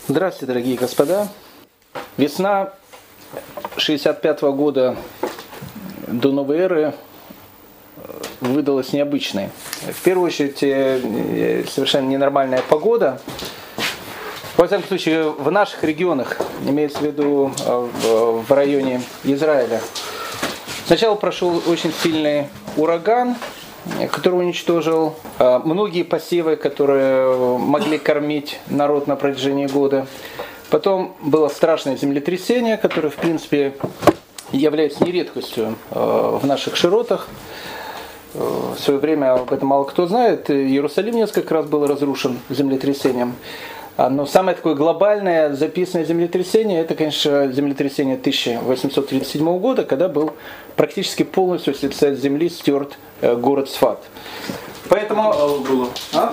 Здравствуйте, дорогие господа. Весна 65 года до новой эры выдалась необычной. В первую очередь, совершенно ненормальная погода. Во всяком случае, в наших регионах, имеется в виду в районе Израиля. Сначала прошел очень сильный ураган, который уничтожил многие посевы, которые могли кормить народ на протяжении года. Потом было страшное землетрясение, которое, в принципе, является нередкостью в наших широтах. В свое время об этом мало кто знает. Иерусалим несколько раз был разрушен землетрясением. Но самое такое глобальное записанное землетрясение, это, конечно, землетрясение 1837 года, когда был практически полностью с лица земли стерт город Сфат. Поэтому... было?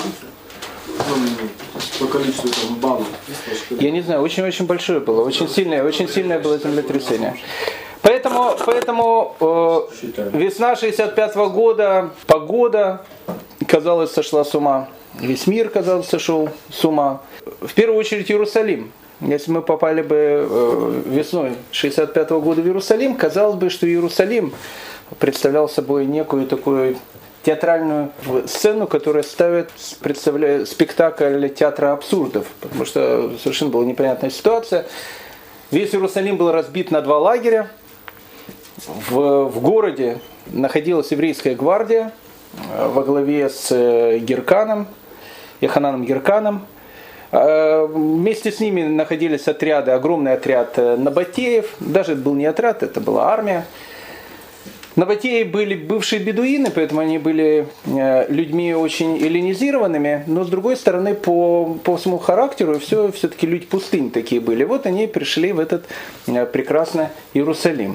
По количеству баллов? Я не знаю, очень-очень большое было, очень сильное было землетрясение. Поэтому весна 65 года, погода, казалось, сошла с ума. Весь мир, казалось, сошел с ума. В первую очередь Иерусалим. Если мы попали бы весной 65 года в Иерусалим, казалось бы, что Иерусалим представлял собой некую такую театральную сцену, которая представляет спектакль театра абсурдов, потому что совершенно была непонятная ситуация. Весь Иерусалим был разбит на два лагеря. В городе находилась еврейская гвардия во главе с Йохананом Герканом. Вместе с ними находились отряды, огромный отряд набатеев. Даже это был не отряд, это была армия. Набатеи были бывшие бедуины, поэтому они были людьми очень эллинизированными, но с другой стороны, по своему характеру все-таки люди пустынь такие были. Вот они пришли в этот прекрасный Иерусалим.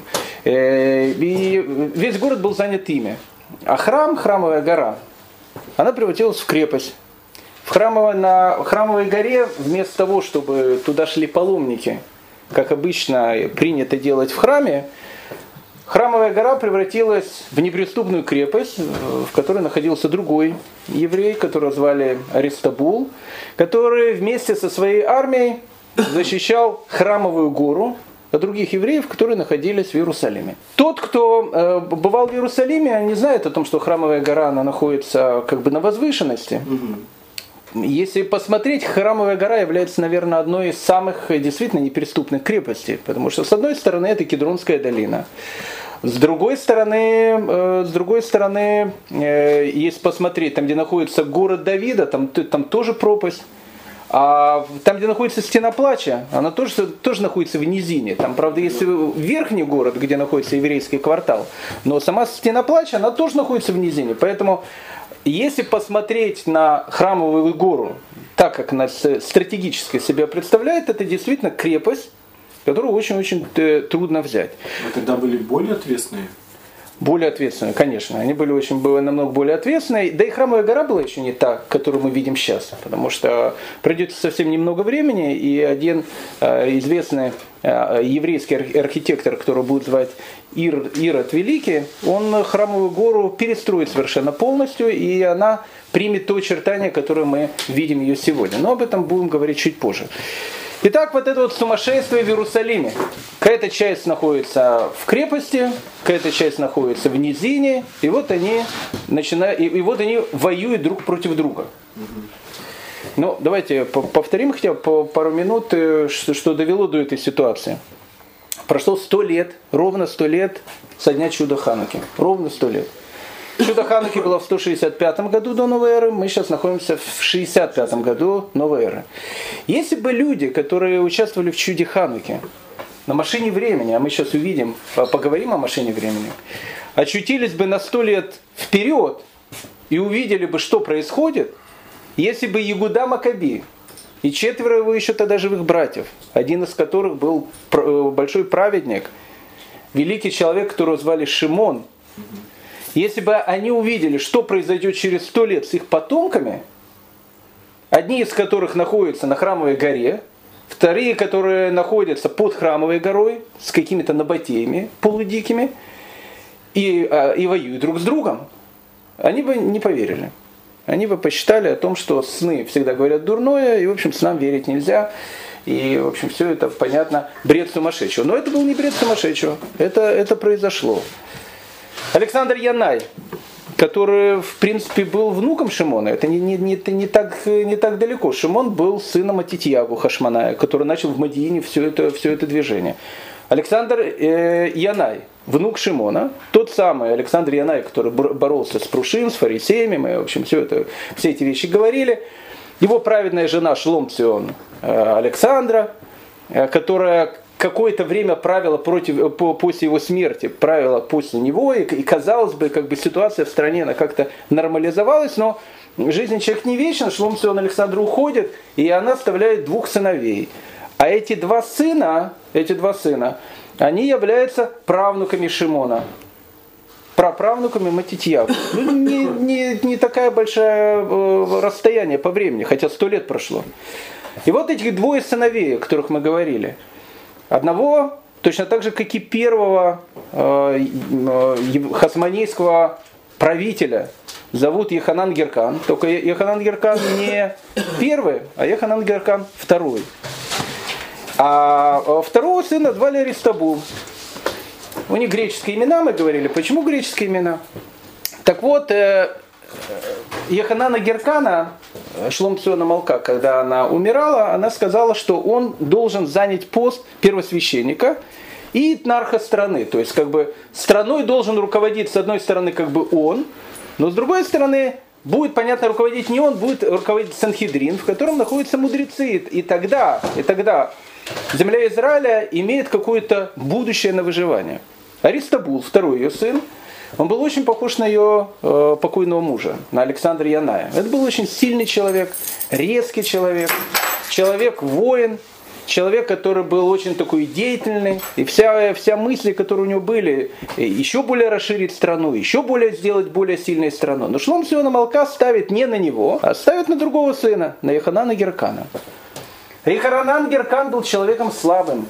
И весь город был занят ими. А храмовая гора, она превратилась в крепость. На храмовой горе, вместо того, чтобы туда шли паломники, как обычно принято делать в храме, храмовая гора превратилась в неприступную крепость, в которой находился другой еврей, которого звали Аристобул, который вместе со своей армией защищал храмовую гору от других евреев, которые находились в Иерусалиме. Тот, кто бывал в Иерусалиме, не знает о том, что храмовая гора она находится как бы на возвышенности. Если посмотреть, храмовая гора является, наверное, одной из самых действительно неприступных крепостей, потому что с одной стороны это Кедронская долина, с другой стороны, если посмотреть, там, где находится город Давида, там тоже пропасть. А там, где находится Стена Плача, она тоже находится в низине. Там, правда, есть верхний город, где находится еврейский квартал, но сама Стена Плача, она тоже находится в низине. Поэтому, если посмотреть на храмовую гору, так как она стратегически себя представляет, это действительно крепость, которую очень-очень трудно взять. А тогда были более ответственные? Более ответственные, конечно. Они были намного более ответственные. Да и храмовая гора была еще не та, которую мы видим сейчас. Потому что пройдет совсем немного времени, и один известный еврейский архитектор, которого будет звать Ирод Великий, он храмовую гору перестроит совершенно полностью, и она примет то очертание, которое мы видим ее сегодня. Но об этом будем говорить чуть позже. Итак, вот это вот сумасшествие в Иерусалиме. Какая-то часть находится в крепости, какая-то часть находится в низине, и вот они воюют друг против друга. Ну, давайте повторим хотя бы пару минут, что довело до этой ситуации. Прошло 100 лет, ровно 100 лет со дня чуда Хануки. Ровно 100 лет. Чудо Хануки было в 165 году до новой эры, мы сейчас находимся в 65 году новой эры. Если бы люди, которые участвовали в чуде Хануки на машине времени, а мы сейчас увидим, поговорим о машине времени, очутились бы на 100 лет вперед и увидели бы, что происходит, если бы Иуда Маккаби и 4 его еще тогда живых братьев, один из которых был большой праведник, великий человек, которого звали Шимон, если бы они увидели, что произойдет через 100 лет с их потомками, одни из которых находятся на Храмовой горе, вторые, которые находятся под Храмовой горой с какими-то набатеями полудикими и воюют друг с другом, они бы не поверили. Они бы посчитали о том, что сны всегда говорят дурное, и, в общем, снам верить нельзя. И, в общем, все это, понятно, бред сумасшедшего. Но это был не бред сумасшедшего. Это произошло. Александр Янай, который, в принципе, был внуком Шимона. Это не так далеко. Шимон был сыном Атитьягу Хашманая, который начал в Мадиине все это движение. Александр Янай, внук Шимона, тот самый Александр Янай, который боролся с Прушим, с фарисеями, мы, в общем, все эти вещи говорили. Его праведная жена Шломцион Александра, которая какое-то время правила после его смерти, правила после него, и казалось бы, как бы ситуация в стране она как-то нормализовалась, но жизнь человек не вечна, Шломцион Александра уходит, и она оставляет 2 сыновей. А эти два сына, они являются правнуками Шимона, праправнуками Матитьягу. Не такая большая расстояние по времени, хотя 100 лет прошло. И вот этих 2 сыновей, о которых мы говорили, одного, точно так же, как и первого хасмонейского правителя, зовут Йоханан Геркан. Только Йоханан Геркан не первый, а Йоханан Геркан второй. А второго сына звали Аристабул. У них греческие имена, мы говорили. Почему греческие имена? Так вот, Йоханана Геркана, Шломциона Малка, когда она умирала, она сказала, что он должен занять пост первосвященника и этнарха страны. То есть, как бы, страной должен руководить, с одной стороны, как бы он, но с другой стороны, будет, понятно, руководить не он, будет руководить Санхедрин, в котором находятся мудрецы. И тогда земля Израиля имеет какое-то будущее на выживание. Аристабул, второй ее сын, он был очень похож на ее покойного мужа, на Александра Яная. Это был очень сильный человек, резкий человек, человек-воин, человек, который был очень такой деятельный. И вся мысли, которые у него были, еще более расширить страну, еще более сделать более сильной страну. Но Шломцион Малка ставит не на него, а ставит на другого сына, на Йоханана Геркана. Йоханан Геркан был человеком слабым.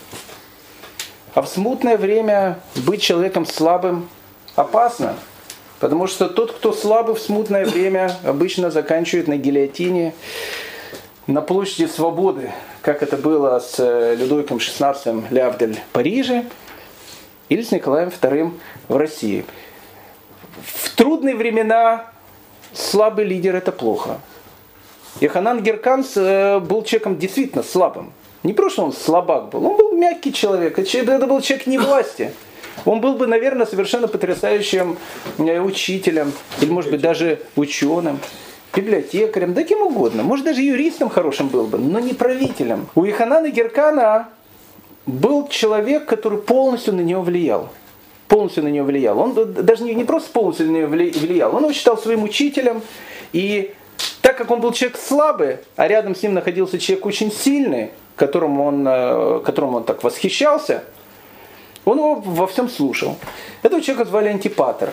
А в смутное время быть человеком слабым опасно. Потому что тот, кто слабый в смутное время, обычно заканчивает на гильотине, на площади Свободы, как это было с Людовиком XVI Лявдель в Париже или с Николаем II в России. В трудные времена слабый лидер – это плохо. Йоханан Геркан был человеком действительно слабым. Не просто, что он слабак был, он был мягкий человек. Это был человек не власти. Он был бы, наверное, совершенно потрясающим учителем, или, может быть, даже ученым, библиотекарем, да кем угодно. Может, даже юристом хорошим был бы, но не правителем. У Йоханана Геркана был человек, который полностью на него влиял. Полностью на него влиял. Он даже не просто полностью на него влиял, он его считал своим учителем. И так как он был человек слабый, а рядом с ним находился человек очень сильный, которому он так восхищался, он его во всем слушал. Этого человека звали Антипатр.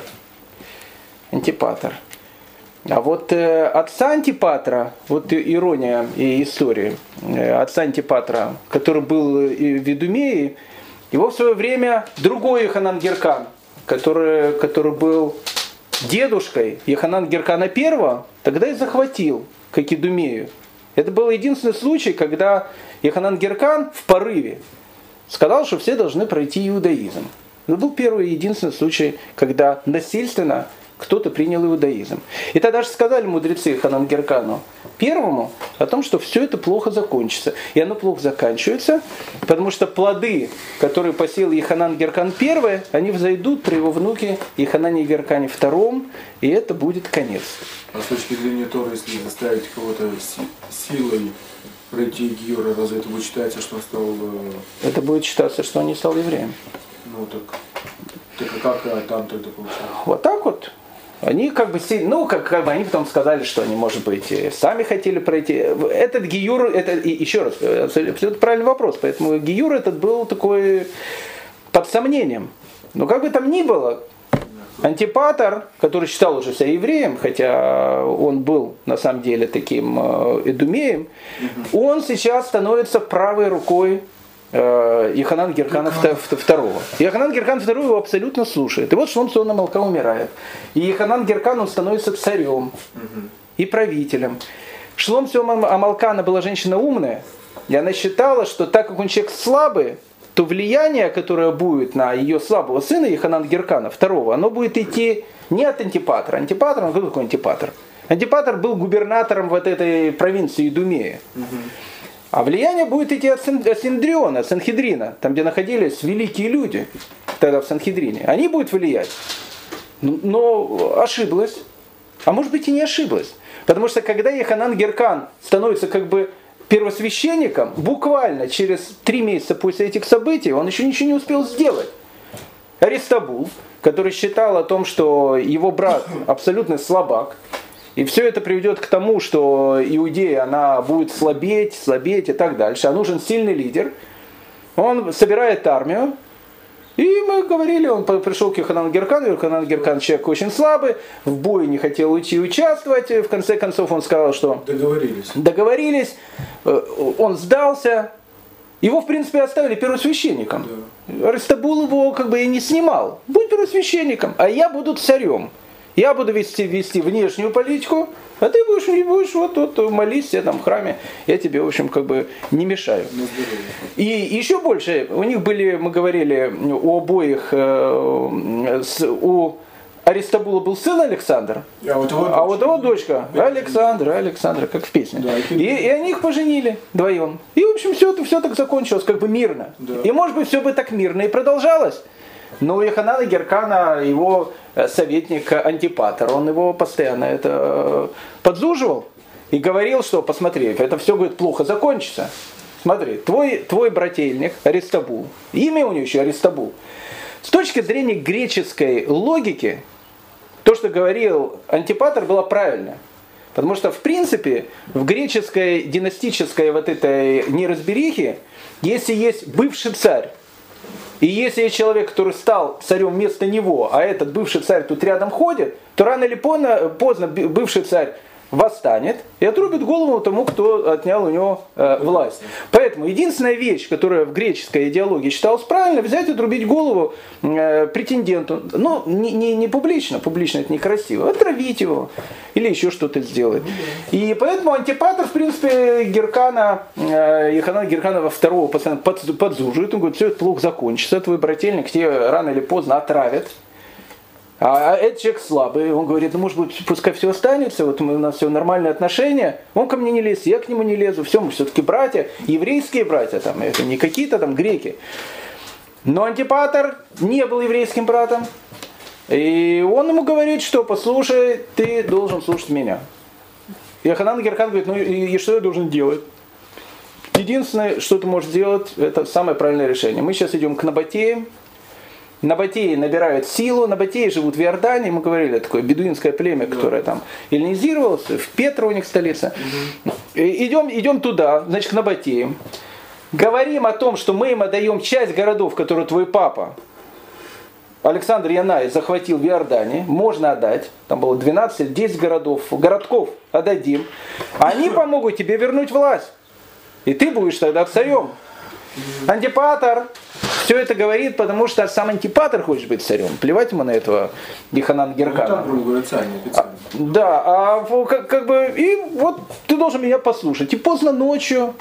А вот отца Антипатра, вот ирония и история, отца Антипатра, который был в Идумее, его в свое время другой Йоханан Геркан, который был дедушкой Йоханана Геркана I, тогда и захватил, как Идумею. Это был единственный случай, когда Йоханан Геркан в порыве сказал, что все должны пройти иудаизм. Это был первый и единственный случай, когда насильственно кто-то принял иудаизм. И тогда же сказали мудрецы Йоханан Геркану первому о том, что все это плохо закончится. И оно плохо заканчивается, потому что плоды, которые посеял Йоханан Геркан I, они взойдут при его внуке Йоханане Геркане II, и это будет конец. А с точки зрения Торы, если заставить кого-то силой пройти гиюр, разве это будет считаться, что он стал... Это будет считаться, что он не стал евреем. Ну так а как там тогда получается? Вот так вот. Они как бы они потом сказали, что они, может быть, сами хотели пройти. Этот гиюр, это, еще раз, абсолютно правильный вопрос, поэтому гиюр этот был такой под сомнением. Но как бы там ни было, Антипатр, который считал уже себя евреем, хотя он был на самом деле таким идумеем, он сейчас становится правой рукой Йоханана Геркана II. Йоханан Геркан II его абсолютно слушает. И вот Шломцион Малка умирает. И Йоханан Геркан, он становится царем и правителем. Шломцион Амалка, она была женщина умная, И она считала, что так как он человек слабый, то влияние, которое будет на ее слабого сына, Йоханана Геркана, второго, оно будет идти не от Антипатра. Антипатр, он кто такой Антипатр? Антипатр был губернатором вот этой провинции Идумея. А влияние будет идти от Синдриона, Санхедрина, там, где находились великие люди тогда в Санхедрине. Они будут влиять. Но ошиблась. А может быть и не ошиблась. Потому что когда Йоханан Геркан становится как бы первосвященником, буквально через 3 месяца после этих событий, он еще ничего не успел сделать. Аристобул, который считал о том, что его брат абсолютно слабак, и все это приведет к тому, что Иудея, она будет слабеть и так дальше. А нужен сильный лидер. Он собирает армию. И мы говорили, он пришел к Йоханану Геркану. Йоханан Геркан человек очень слабый, в бой не хотел уйти участвовать. В конце концов он сказал, что договорились. Он сдался. Его, в принципе, оставили первосвященником. Да. Аристобул его как бы и не снимал. Будь первосвященником, а я буду царем. Я буду вести внешнюю политику, а ты будешь вот молись там в храме. Я тебе, в общем, как бы не мешаю. И еще больше, у них были, мы говорили, у обоих, у Аристобула был сын Александр, а вот его дочка Александра, как в песне. Да, и они их поженили вдвоем. И, в общем, все так закончилось как бы мирно. Да. И, может быть, все бы так мирно и продолжалось. Но у Йоханана Геркана, его советник Антипатр, он его постоянно это подзуживал и говорил, что посмотри, это все, говорит, плохо закончится. Смотри, твой брательник Аристобул, имя у него еще Аристобул. С точки зрения греческой логики, то, что говорил Антипатр, было правильно. Потому что, в принципе, в греческой династической вот этой неразберихе, если есть бывший царь, и если есть человек, который стал царем вместо него, а этот бывший царь тут рядом ходит, то рано или поздно бывший царь восстанет и отрубит голову тому, кто отнял у него власть. Поэтому единственная вещь, которая в греческой идеологии считалась правильной, взять и отрубить голову претенденту. Но не публично, публично это некрасиво, отравить его или еще что-то сделать. И поэтому Антипатр, в принципе, Йоханана Геркана второго постоянно подзуживает. Он говорит, все это плохо закончится, твой брательник тебе рано или поздно отравят. А этот человек слабый, он говорит, ну может быть, пускай все останется, вот у нас все нормальные отношения, он ко мне не лез, я к нему не лезу, все, мы все-таки братья, еврейские братья, там, это не какие-то там греки. Но Антипатр не был еврейским братом, и он ему говорит, что послушай, ты должен слушать меня. Йоханан Геркан говорит, ну и что я должен делать? Единственное, что ты можешь сделать, это самое правильное решение. Мы сейчас идем к Набатеям. Набатеи набирают силу, Набатеи живут в Иордании, мы говорили, такое бедуинское племя, которое там эллинизировалось, в Петро у них столица. Идем туда, значит, к Набатеям. Говорим о том, что мы им отдаем часть городов, которые твой папа, Александр Янай, захватил в Иордании, можно отдать, там было 12-10 городков отдадим. Они помогут тебе вернуть власть, и ты будешь тогда царем. Антипатр все это говорит, потому что сам Антипатр хочет быть царем. Плевать ему на этого Йоханана Геркана. Да, как бы, и вот ты должен меня послушать. И поздно ночью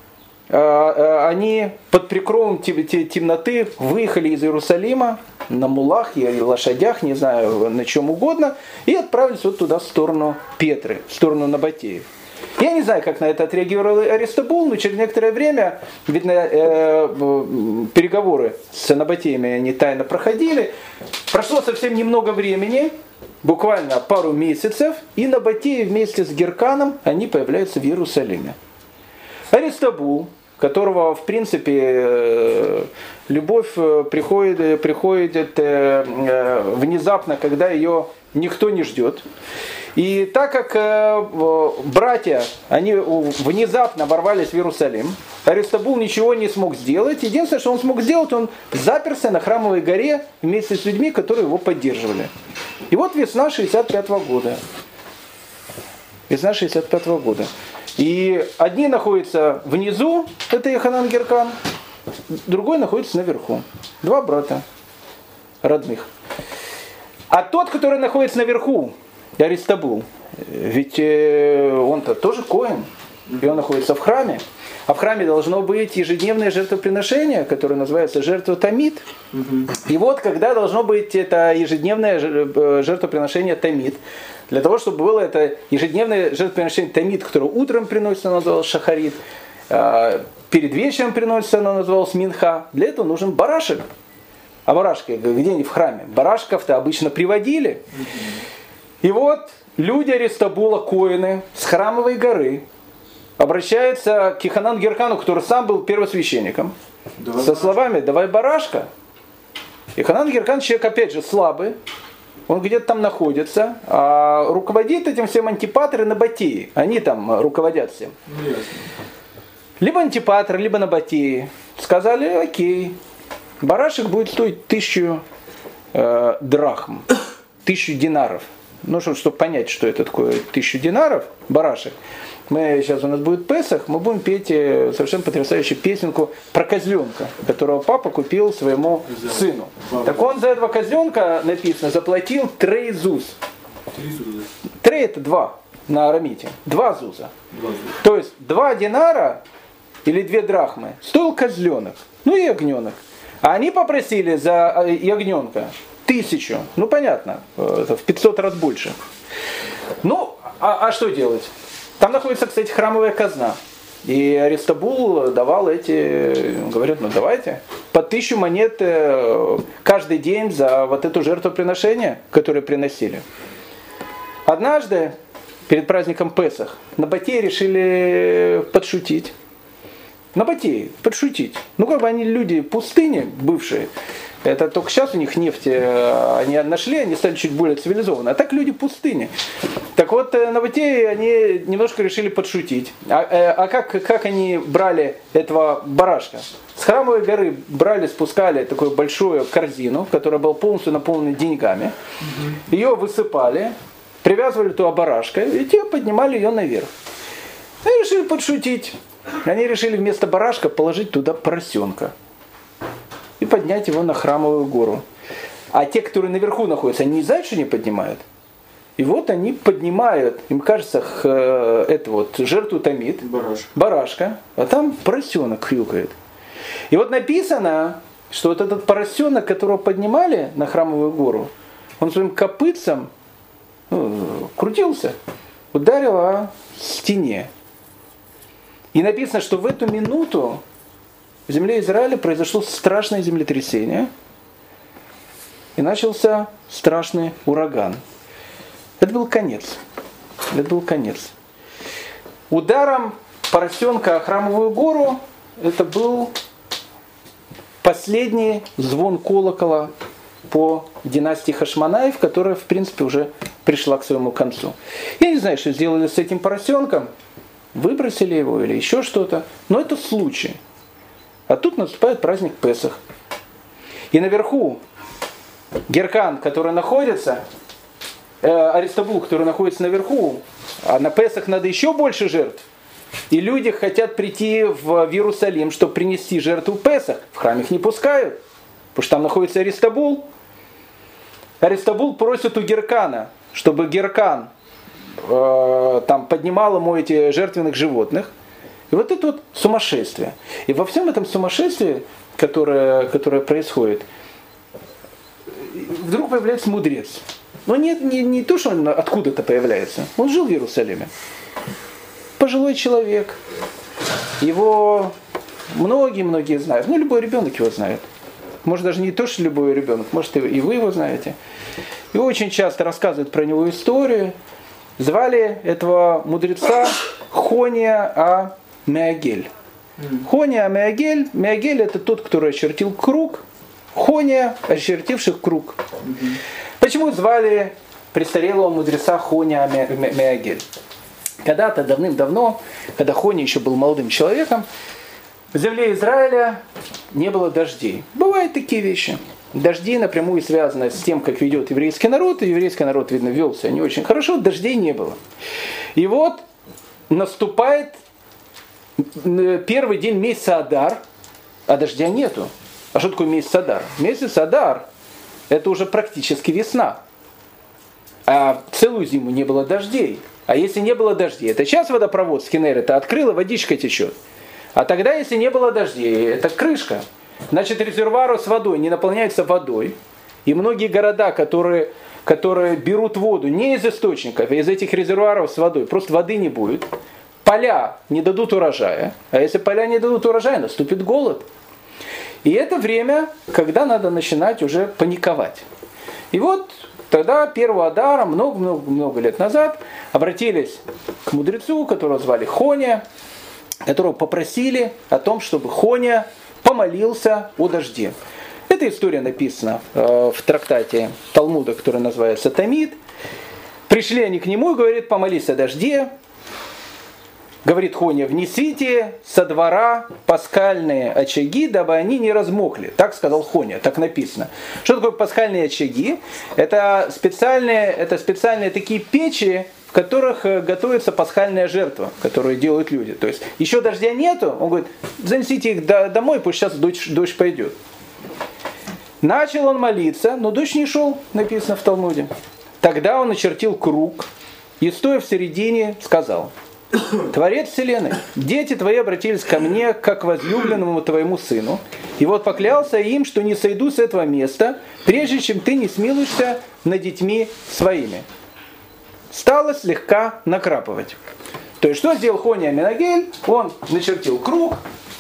они под прикровом темноты выехали из Иерусалима на мулах или лошадях, не знаю, на чем угодно, и отправились вот туда, в сторону Петры, в сторону Набатеев. Я не знаю, как на это отреагировал Аристобул, но через некоторое время, видно, переговоры с Набатеями они тайно проходили. Прошло совсем немного времени, буквально пару месяцев, и Набатеи вместе с Герканом, они появляются в Иерусалиме. Аристобул, которого, в принципе, любовь приходит внезапно, когда ее никто не ждет. И так как братья, они внезапно ворвались в Иерусалим, Аристобул ничего не смог сделать. Единственное, что он смог сделать, он заперся на Храмовой горе вместе с людьми, которые его поддерживали. И вот весна 65 года. Весна 65 года. И одни находятся внизу, это Йоханан Геркан, другой находится наверху. Два брата родных. А тот, который находится наверху, Аристобул, ведь он-то тоже коэн, и он находится в храме. А в храме должно быть ежедневное жертвоприношение, которое называется жертва тамид. И вот когда должно быть это ежедневное жертвоприношение тамид, для того, чтобы было это ежедневное жертвоприношение тамид, которое утром приносится, оно называлось шахарит, перед вечером приносится, оно называлось минха, для этого нужен барашек. А барашки где-нибудь в храме? Барашков-то обычно приводили. И вот люди Аристобула, коины с Храмовой горы обращаются к Йоханану Геркану, который сам был первосвященником, со словами «давай барашка». Йоханан Геркан человек, опять же, слабый, он где-то там находится, а руководит этим всем Антипатр и Набатеи. Они там руководят всем. Либо Антипатр, либо Набатеи сказали: окей, барашек будет стоить 1000 драхм, 1000 динаров. Ну, чтобы понять, что это такое 1000 динаров, барашек, сейчас у нас будет Песах, мы будем петь совершенно потрясающую песенку про козленка, которого папа купил своему сыну. Так он за этого козленка, написано, заплатил 3 зуз. 3 зуза. 3 это 2 на арамите. 2 зуза. То есть 2 динара или 2 драхмы стоил козленок, ну и ягненок. А они попросили за ягненка 1000. Ну понятно, это в 500 раз больше. Ну, а что делать? Там находится, кстати, храмовая казна. И Аристобул давал говорят, ну давайте, по 1000 монет каждый день за вот это жертвоприношение, которое приносили. Однажды, перед праздником Песах, Набатеи решили подшутить. Набатеи, подшутить. Ну как бы они люди пустыни бывшие. Это только сейчас у них нефть они нашли, они стали чуть более цивилизованные. А так люди пустыни. Так вот, Набатеи, они немножко решили подшутить. Как они брали этого барашка? С Храмовой горы брали, спускали такую большую корзину, которая была полностью наполнена деньгами. Ее высыпали, привязывали туда барашка, и те поднимали ее наверх. Они решили подшутить. Они решили вместо барашка положить туда поросенка и поднять его на Храмовую гору. А те, которые наверху находятся, они не знают, что они поднимают. И вот они поднимают, им кажется, это вот жертву тамид, барашка, а там поросенок хрюкает. И вот написано, что вот этот поросенок, которого поднимали на Храмовую гору, он своим копытцем крутился, ударил о стене. И написано, что в эту минуту в земле Израиля произошло страшное землетрясение, и начался страшный ураган. Это был конец. Это был конец. Ударом поросенка о Храмовую гору это был последний звон колокола по династии Хашмонаев, которая, в принципе, уже пришла к своему концу. Я не знаю, что сделали с этим поросенком. Выбросили его или еще что-то. Но это случай. А тут наступает праздник Песах. И наверху Геркан, который находится, Аристобул, который находится наверху, а на Песах надо еще больше жертв. И люди хотят прийти в Иерусалим, чтобы принести жертву Песах. В храм их не пускают, потому что там находится Аристобул. Аристобул просит у Геркана, чтобы Геркан там поднимал ему эти жертвенных животных. И вот это вот сумасшествие. И во всем этом сумасшествии, которое происходит, вдруг появляется мудрец. Но не то, что он откуда-то появляется. Он жил в Иерусалиме. Пожилой человек. Его многие знают. Ну, любой ребенок его знает. Может, даже не то, что любой ребенок. Может, и вы его знаете. И очень часто рассказывают про него историю. Звали этого мудреца Хония Амеагель. Хония Амеагель. Меагель это тот, который очертил круг. Хония, очертивший круг. Почему звали престарелого мудреца Хония Амеагель? Когда-то, давным-давно, когда Хония еще был молодым человеком, в земле Израиля не было дождей. Бывают такие вещи. Дожди напрямую связаны с тем, как ведет еврейский народ. И еврейский народ, видно, вел себя не очень хорошо. Дождей не было. И вот наступает первый день месяца Адар, а дождя нету. А что такое месяц Адар? Месяц Адар – это уже практически весна. А целую зиму не было дождей. А если не было дождей, это сейчас водопровод с Кенерета открыла, водичка течет. А тогда, если не было дождей, это крышка. Значит, резервуары с водой не наполняются водой. И многие города, которые берут воду не из источников, а из этих резервуаров с водой, просто воды не будет. Поля не дадут урожая. А если поля не дадут урожая, наступит голод. И это время, когда надо начинать уже паниковать. И вот тогда первого Адара, много лет назад, обратились к мудрецу, которого звали Хония, которого попросили о том, чтобы Хония помолился о дожде. Эта история написана в трактате Талмуда, который называется Тамид. Пришли они к нему и говорят: помолись о дожде. Говорит Хония: внесите со двора пасхальные очаги, дабы они не размокли. Так сказал Хония, так написано. Что такое пасхальные очаги? Это специальные такие печи, в которых готовится пасхальная жертва, которую делают люди. То есть еще дождя нету, он говорит: занесите их домой, пусть сейчас дождь пойдет. Начал он молиться, но дождь не шел, написано в Талмуде. Тогда он начертил круг и, стоя в середине, сказал: Творец вселенной, дети твои обратились ко мне, как к возлюбленному твоему сыну, и вот поклялся им, что не сойду с этого места, прежде чем ты не смилуешься над детьми своими. Стало слегка накрапывать. То есть, что сделал Хония Менагель? Он начертил круг,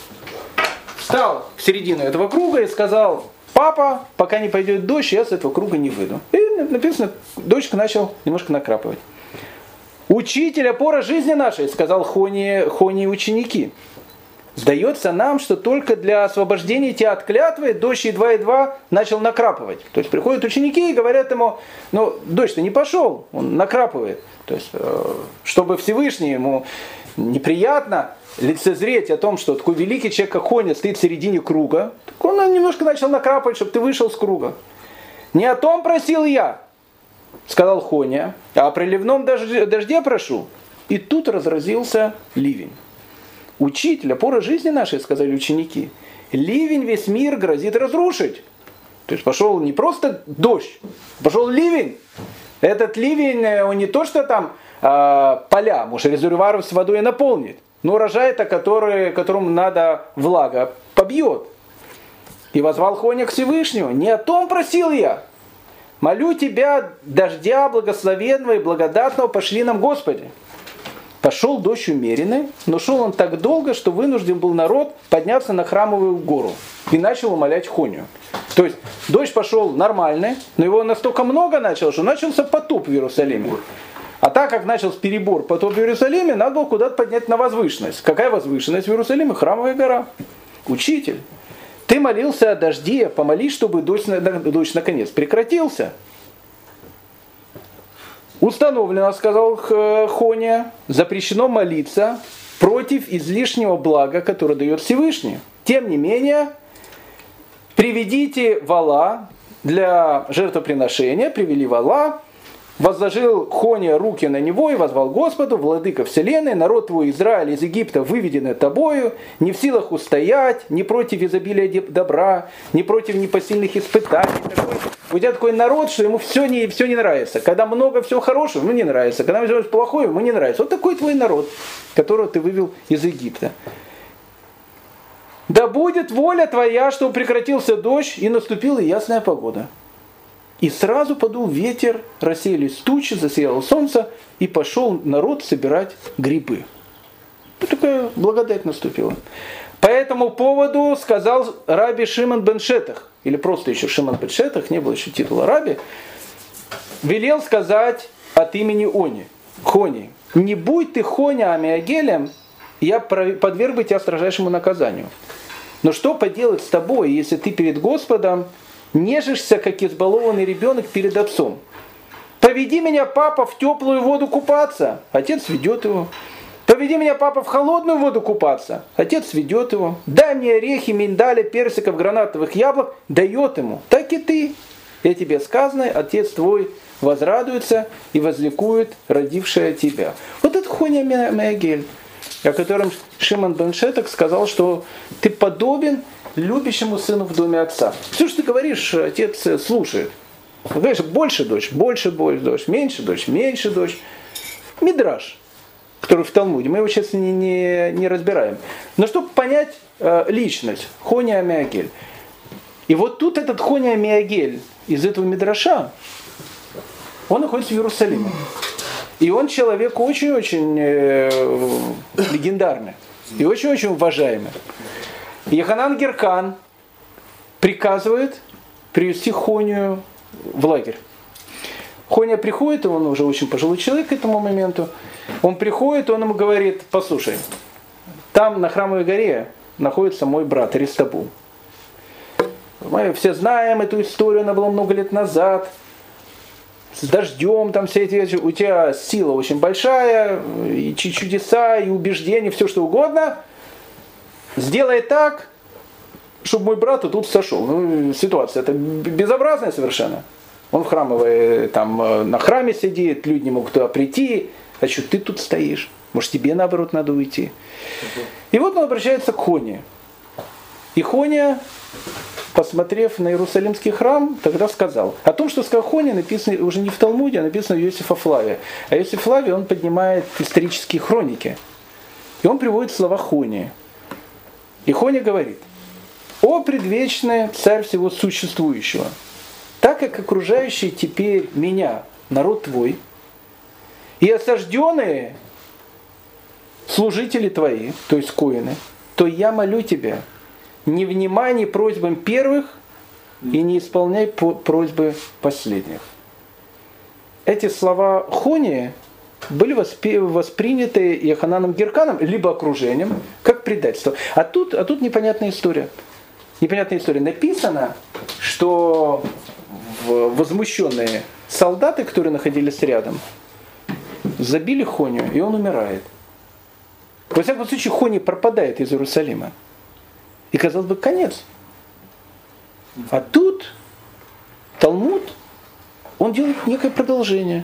встал в середину этого круга и сказал: папа, пока не пойдет дождь, я с этого круга не выйду. И написано, дождь начал немножко накрапывать. Учитель, опора жизни нашей, сказал Хони ученики. Сдается нам, что только для освобождения тебя от клятвы дождь едва начал накрапывать. То есть приходят ученики и говорят ему: дождь-то не пошел, он накрапывает. То есть, чтобы Всевышний ему неприятно лицезреть о том, что такой великий человек, как Хоня, стоит в середине круга, так он немножко начал накрапывать, чтобы ты вышел с круга. Не о том просил я, сказал Хония, а о проливном дожде прошу. И тут разразился ливень. Учитель, опора жизни нашей, сказали ученики, ливень весь мир грозит разрушить. То есть пошел не просто дождь, пошел ливень. Этот ливень, он не то, что там поля, может, резервуары с водой наполнит, но урожай-то, которому надо влага, побьет. И возвал Хоня к Всевышнему: не о том просил я. Молю тебя, дождя благословенного и благодатного пошли нам, Господи. Пошел дождь умеренный, но шел он так долго, что вынужден был народ подняться на храмовую гору и начал умолять Хонию. То есть дождь пошел нормальный, но его настолько много начал, что начался потоп в Иерусалиме. А так как начался перебор потоп в Иерусалиме, надо было куда-то поднять на возвышенность. Какая возвышенность в Иерусалиме? Храмовая гора. Учитель, ты молился о дожде, помолись, чтобы дождь наконец прекратился. Установлено, сказал Хония, запрещено молиться против излишнего блага, которое дает Всевышний. Тем не менее, приведите вола для жертвоприношения, привели вола, возложил Хония руки на него и возвал Господу: владыка вселенной, народ твой Израиль из Египта выведенный тобою, не в силах устоять, ни против изобилия добра, ни против непосильных испытаний. У тебя такой народ, что ему все не нравится. Когда много всего хорошего, ему не нравится. Когда все плохое, ему не нравится. Вот такой твой народ, которого ты вывел из Египта. Да будет воля твоя, чтобы прекратился дождь и наступила ясная погода. И сразу подул ветер, рассеялись тучи, засияло солнце, и пошел народ собирать грибы. Вот такая благодать наступила. По этому поводу сказал раби Шимон бен Шетах, или просто еще Шимон бен Шетах, не было еще титула раби, велел сказать от имени Хони: не будь ты Хоня Амиагелем, я подверг бы тебя строжайшему наказанию. Но что поделать с тобой, если ты перед Господом нежишься, как избалованный ребенок перед отцом? Поведи меня, папа, в теплую воду купаться. Отец ведет его. Поведи меня, папа, в холодную воду купаться. Отец ведет его. Дай мне орехи, миндаля, персиков, гранатовых яблок. Дает ему. Так и ты. Я тебе сказано, отец твой возрадуется и возликует родившая тебя. Вот это Хония Меагель, о котором Шимон бен Шетах сказал, что ты подобен любящему сыну в доме отца. Все, что ты говоришь, отец слушает. Говоришь, больше дождь, больше дождь, меньше дождь, меньше дождь. Мидраш. который в Талмуде. Мы его сейчас не разбираем. Но чтобы понять личность Хони Амиагель. И вот тут этот Хони Амиагель из этого мидраша, он находится в Иерусалиме. И он человек очень-очень легендарный. И очень-очень уважаемый. Йоханан Геркан приказывает привести Хонию в лагерь. Хоня приходит, он уже очень пожилой человек к этому моменту. Он приходит, он ему говорит: послушай, там на Храмовой горе находится мой брат Аристабул. Мы все знаем эту историю, она была много лет назад. С дождем, там все эти, у тебя сила очень большая, и чудеса, и убеждения, все что угодно. Сделай так, чтобы мой брат тут сошел. Ну, ситуация это безобразная совершенно. Он в храмовой, там на храме сидит, люди не могут туда прийти. А что ты тут стоишь? Может, тебе наоборот надо уйти? И вот он обращается к Хоне. И Хоня, посмотрев на Иерусалимский храм, тогда сказал. О том, что сказал Хоня, написано уже не в Талмуде, а написано у Иосифа Флавия. А Иосиф Флавий, он поднимает исторические хроники. И он приводит слова Хони. И Хоня говорит: «О предвечный царь всего существующего, так как окружающий теперь меня народ твой, и осажденные служители твои, то есть коины, то я молю тебя, не внимай ни просьбам первых и не исполняй просьбы последних». Эти слова Хони были восприняты Йохананом Герканом, либо окружением, как предательство. А тут непонятная история. Непонятная история. Написано, что возмущенные солдаты, которые находились рядом, забили Хонию, и он умирает. Во всяком случае, Хони пропадает из Иерусалима. И, казалось бы, конец. А тут Талмуд, он делает некое продолжение.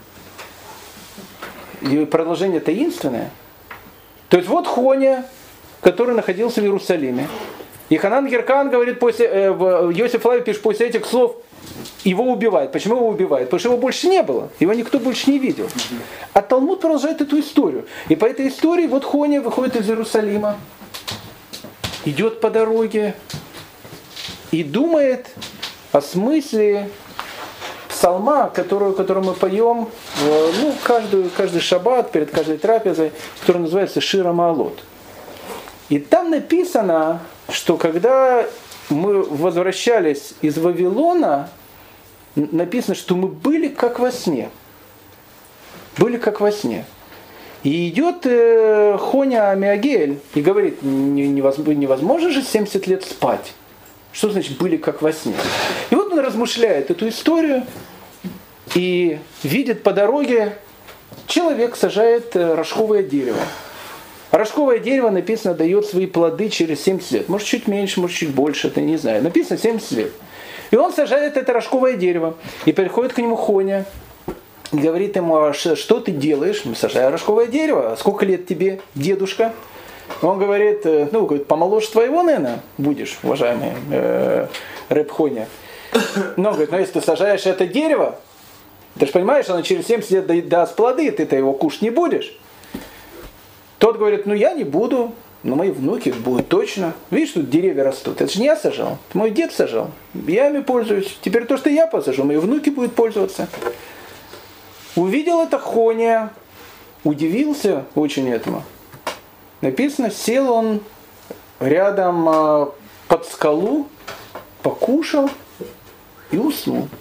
И продолжение таинственное. То есть вот Хоня, который находился в Иерусалиме. Йоханан Геркан говорит, Иосиф Флавий пишет, после этих слов его убивают. Почему его убивают? Потому что его больше не было. Его никто больше не видел. А Талмуд продолжает эту историю. И по этой истории вот Хоня выходит из Иерусалима, идет по дороге и думает о смысле псалма, который мы поем каждый шаббат, перед каждой трапезой, который называется Шир Маалот. И там написано, что когда мы возвращались из Вавилона, написано, что мы были как во сне. Были как во сне. И идет Хоня Амиагель и говорит: невозможно же 70 лет спать. Что значит были как во сне? И вот он размышляет эту историю и видит по дороге, человек сажает рожковое дерево. А рожковое дерево, написано, дает свои плоды через 70 лет. Может, чуть меньше, может, чуть больше, это не знаю. Написано 70 лет. И он сажает это рожковое дерево. И приходит к нему Хоня и говорит ему: а что ты делаешь? Сажаю рожковое дерево. Сколько лет тебе, дедушка? Он говорит: помоложе твоего, наверное, будешь, уважаемый рэб Хоня. Но он говорит: если ты сажаешь это дерево, ты же понимаешь, оно через 70 лет даст плоды, ты-то его кушать не будешь. Тот говорит: я не буду, но мои внуки будут точно. Видишь, тут деревья растут. Это же не я сажал, это мой дед сажал. Я ими пользуюсь. Теперь то, что я посажу, мои внуки будут пользоваться. Увидел это Хоня, удивился очень этому. Написано, сел он рядом под скалу, покушал и уснул.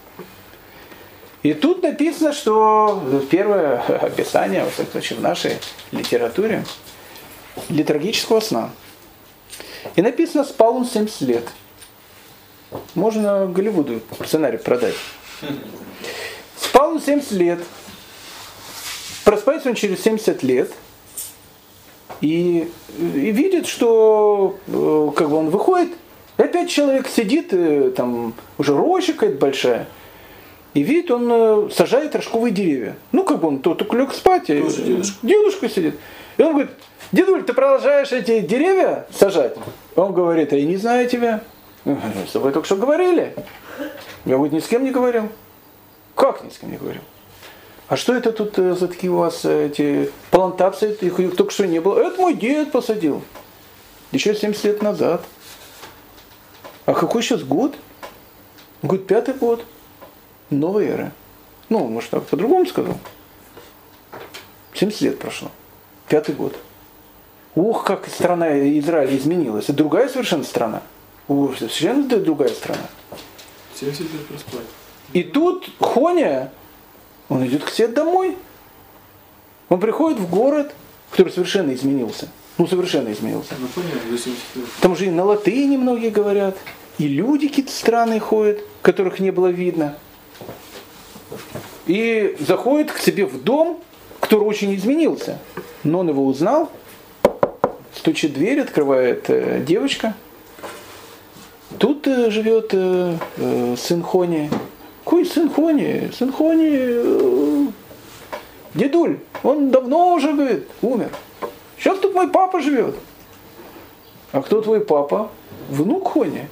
И тут написано, что первое описание, во всяком случае, в нашей литературе, литургического сна. И написано, спал он 70 лет. Можно Голливуду сценарий продать. Спал он 70 лет. Просыпается он через 70 лет. И видит, что он выходит, и опять человек сидит, там уже роща какая-то большая. И видит, он сажает рожковые деревья. Он только лег спать, и дедушка сидит. И он говорит: дедуль, ты продолжаешь эти деревья сажать? Он говорит: а я не знаю тебя. С тобой только что говорили. Я ни с кем не говорил. Как ни с кем не говорил? А что это тут за такие у вас эти плантации, их только что не было? Это мой дед посадил. Еще 70 лет назад. А какой сейчас год? Год 5-й год. Новой эры. Ну, может, так по-другому сказал. 70 лет прошло. 5-й год. Ух, как страна Израиля изменилась. Это другая совершенно страна. Ух, совершенно другая страна. 70 лет проспать. И тут Хония, он идет к себе домой. Он приходит в город, который совершенно изменился. Ну, совершенно изменился. Ну, понятно, за 70 лет. Там же и на латыни многие говорят. И люди какие-то странные ходят, которых не было видно. И заходит к себе в дом, который очень изменился. Но он его узнал. Стучит в дверь, открывает девочка. Тут живет сын Хони. Какой сын Хони? Сын Хони, дедуль. Он давно уже, говорит, умер. Сейчас тут мой папа живет. А кто твой папа? Внук Хони.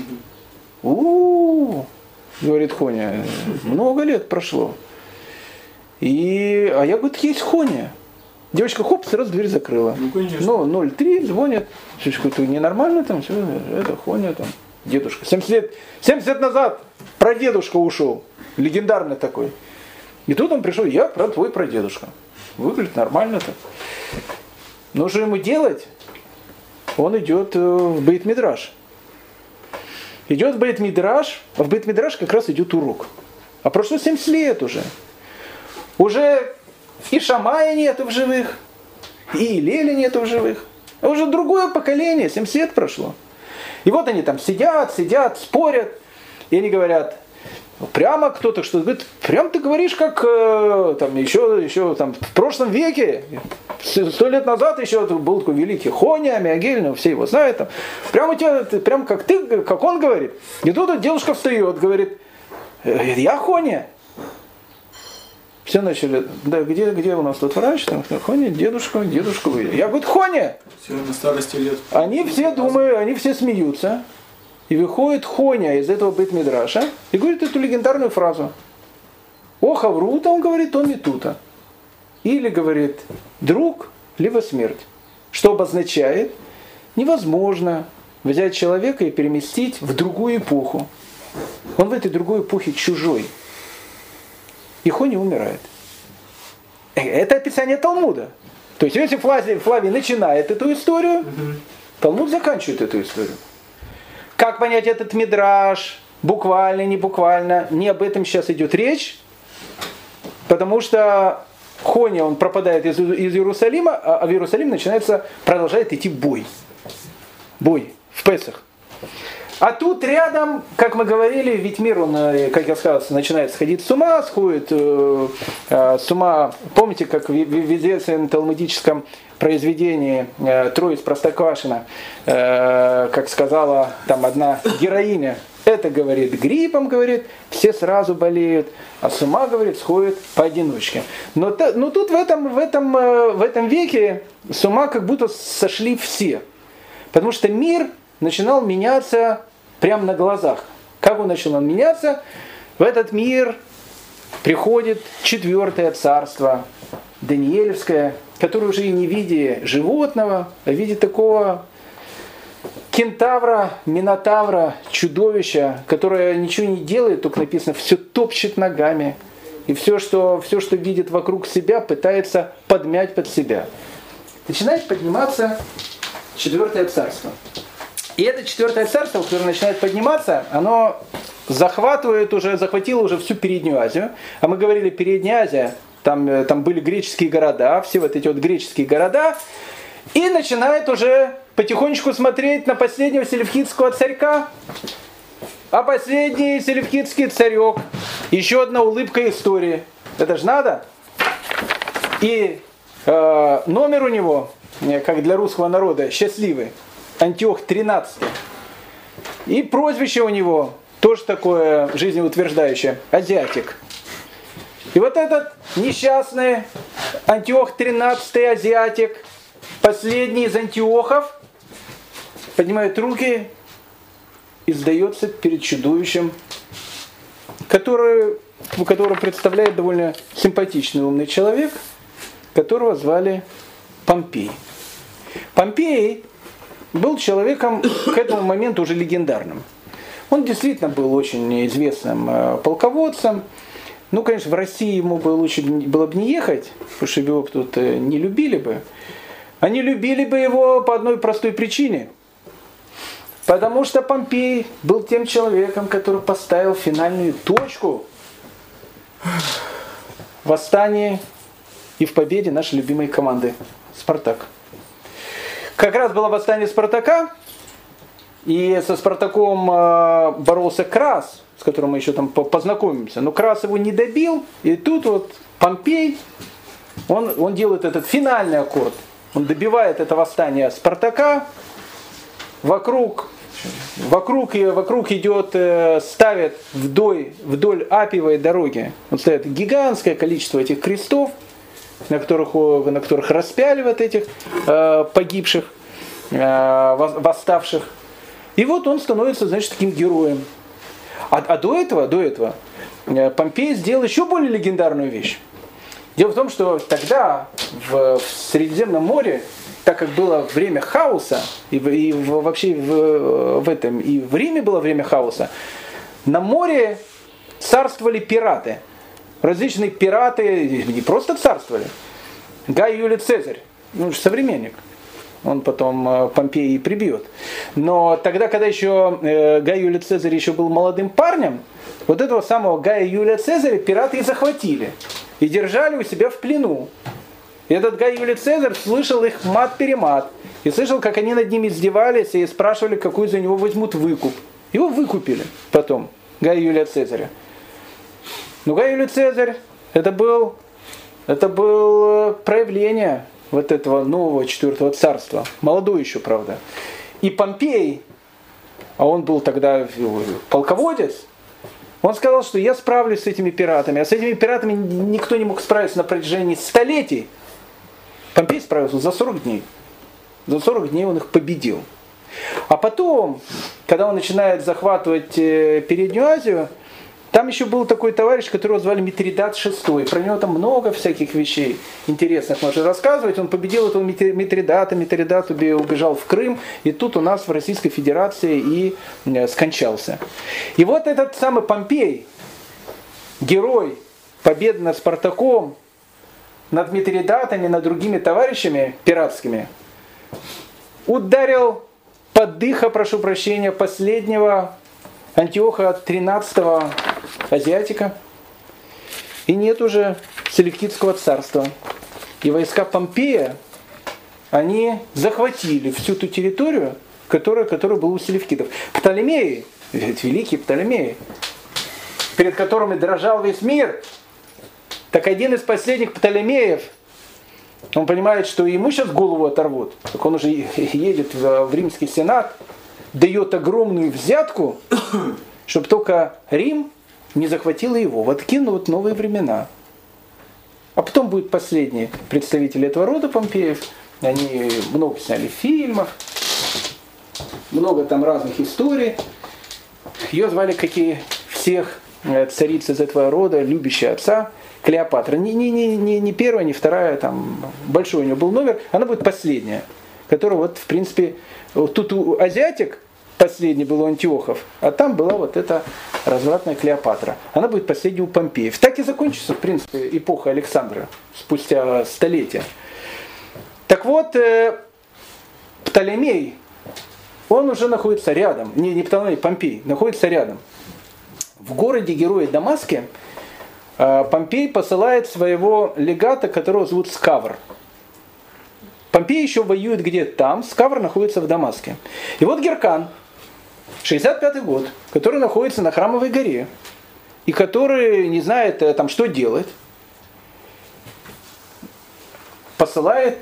Говорит Хоня, много лет прошло. А я, говорит, есть Хоня. Девочка, хоп, сразу дверь закрыла. Ну, конечно. Ну, 03, звонит. Что-то ненормально там, все, это Хоня там. Дедушка. 70 лет назад прадедушка ушел. Легендарный такой. И тут он пришел, я твой прадедушка. Выглядит нормально так. Но что ему делать? Он идет в Бейт-Мидраш. Идет в Бейт-Мидраш, а в Бейт-Мидраш как раз идет урок. А прошло 70 лет уже. Уже и Шамая нету в живых, и Илеля нету в живых. А уже другое поколение, 70 лет прошло. И вот они там сидят, спорят. И они говорят, прямо кто-то что-то говорит, прям ты говоришь, как там, еще там, в прошлом веке, 100 лет назад еще был такой великий Хоня, Миагель, ну, все его знают. Там. Прямо у тебя, прям как ты, как он говорит. И тут девушка встает, говорит, я Хоня. Все начали, да, где у нас тут врач? Там, Хоня, дедушка. Я говорю, Хоня. Все на старости лет. Они все думают, они все смеются. И выходит Хоня из этого Бейт-Мидраша и говорит эту легендарную фразу. О Хаврута, он говорит, о Метута. Или говорит, друг, либо смерть. Что обозначает, невозможно взять человека и переместить в другую эпоху. Он в этой другой эпохе чужой. И Хоня умирает. Это описание Талмуда. То есть, если Флавий начинает эту историю, Талмуд заканчивает эту историю. Как понять этот мидраш? Буквально, не буквально. Не об этом сейчас идет речь. Потому что Хоня, он пропадает из Иерусалима, а в Иерусалим продолжает идти бой. Бой в Песах. А тут рядом, как мы говорили, ведь мир, он, как я сказал, начинает сходить с ума, сходит с ума. Помните, как в известном талмудическом произведении «Трое из Простоквашино», как сказала там одна героиня, это, говорит, гриппом, говорит, все сразу болеют, а с ума, говорит, сходят поодиночке. Но тут в этом веке с ума как будто сошли все. Потому что мир начинал меняться прямо на глазах. Как он начал меняться? В этот мир приходит 4-е царство, Даниэлевское, которое уже и не в виде животного, а в виде такого кентавра, минотавра, чудовища, которое ничего не делает, только написано, все топчет ногами. И все, что видит вокруг себя, пытается подмять под себя. Начинает подниматься 4-е царство. И это 4-е царство, которое начинает подниматься, оно захватило уже всю Переднюю Азию. А мы говорили, Передняя Азия, там были греческие города, все вот эти вот греческие города. И начинает уже потихонечку смотреть на последнего селевкидского царька. А последний селевкидский царек, еще одна улыбка истории. Это же надо. И номер у него, как для русского народа, счастливый. Антиох 13. И прозвище у него тоже такое жизнеутверждающее. Азиатик. И вот этот несчастный Антиох 13 азиатик, последний из антиохов, поднимает руки и сдается перед чудовищем, которое которого представляет довольно симпатичный умный человек, которого звали Помпей. Помпей был человеком к этому моменту уже легендарным. Он действительно был очень известным полководцем. Ну, конечно, в России ему было лучше было бы не ехать, потому что его тут не любили бы. Они любили бы его по одной простой причине. Потому что Помпей был тем человеком, который поставил финальную точку в восстании и в победе нашей любимой команды «Спартак». Как раз было восстание Спартака, и со Спартаком боролся Крас, с которым мы еще там познакомимся. Но Крас его не добил, и тут вот Помпей, он делает этот финальный аккорд. Он добивает это восстание Спартака, вокруг идет, ставят вдоль Аппиевой дороги, он ставит гигантское количество этих крестов, на которых распяливают этих погибших, восставших. И вот он становится, значит, таким героем. А до этого Помпей сделал еще более легендарную вещь. Дело в том, что тогда в Средиземном море, так как было время хаоса, и вообще в Риме было время хаоса, на море царствовали пираты. Различные пираты не просто царствовали. Гай Юлий Цезарь, современник. Он потом Помпея и прибьет. Но тогда, когда еще Гай Юлий Цезарь еще был молодым парнем, вот этого самого Гая Юлия Цезаря пираты и захватили. И держали у себя в плену. И этот Гай Юлий Цезарь слышал их мат-перемат. И слышал, как они над ними издевались и спрашивали, какой за него возьмут выкуп. Его выкупили потом, Гая Юлия Цезаря. Но Гай Юлий Цезарь, это было проявление вот этого нового четвертого царства. Молодой еще, правда. И Помпей, а он был тогда полководец, он сказал, что я справлюсь с этими пиратами. А с этими пиратами никто не мог справиться на протяжении столетий. Помпей справился за 40 дней. За 40 дней он их победил. А потом, когда он начинает захватывать Переднюю Азию, там еще был такой товарищ, которого звали Митридат VI. Про него там много всяких вещей интересных можно рассказывать. Он победил этого Митридата. Митридат убежал в Крым. И тут у нас в Российской Федерации и скончался. И вот этот самый Помпей, герой победы над Спартаком, над Митридатами, над другими товарищами пиратскими, ударил под дыха, прошу прощения, последнего Антиоха XIII азиатика. И нет уже Селевкидского царства. И войска Помпея, они захватили всю ту территорию, которая была у селевкидов. Птолемеи, ведь великие Птолемеи, перед которыми дрожал весь мир, так один из последних Птолемеев, он понимает, что ему сейчас голову оторвут. Так он уже едет в Римский Сенат, дает огромную взятку, чтобы только Рим не захватил его. Откинут новые времена. А потом будут последние представители этого рода Помпеев. Они много сняли фильмов, много там разных историй. Ее звали, как и всех цариц из этого рода, любящая отца, Клеопатра. Не первая, не вторая, там большой у нее был номер. Она будет последняя, которая вот, в принципе, вот тут у азиатик последний был у Антиохов, а там была вот эта развратная Клеопатра. Она будет последней у Помпеев. Так и закончится, в принципе, эпоха Александра, спустя столетия. Так вот, Птолемей, он уже находится рядом, не Птолемей, Помпей, находится рядом. В городе-герое Дамаске Помпей посылает своего легата, которого зовут Скавр. Помпей еще воюет где-то там, Скавр находится в Дамаске. И вот Геркан, 65-й год, который находится на Храмовой горе, и который не знает, там, что делать, посылает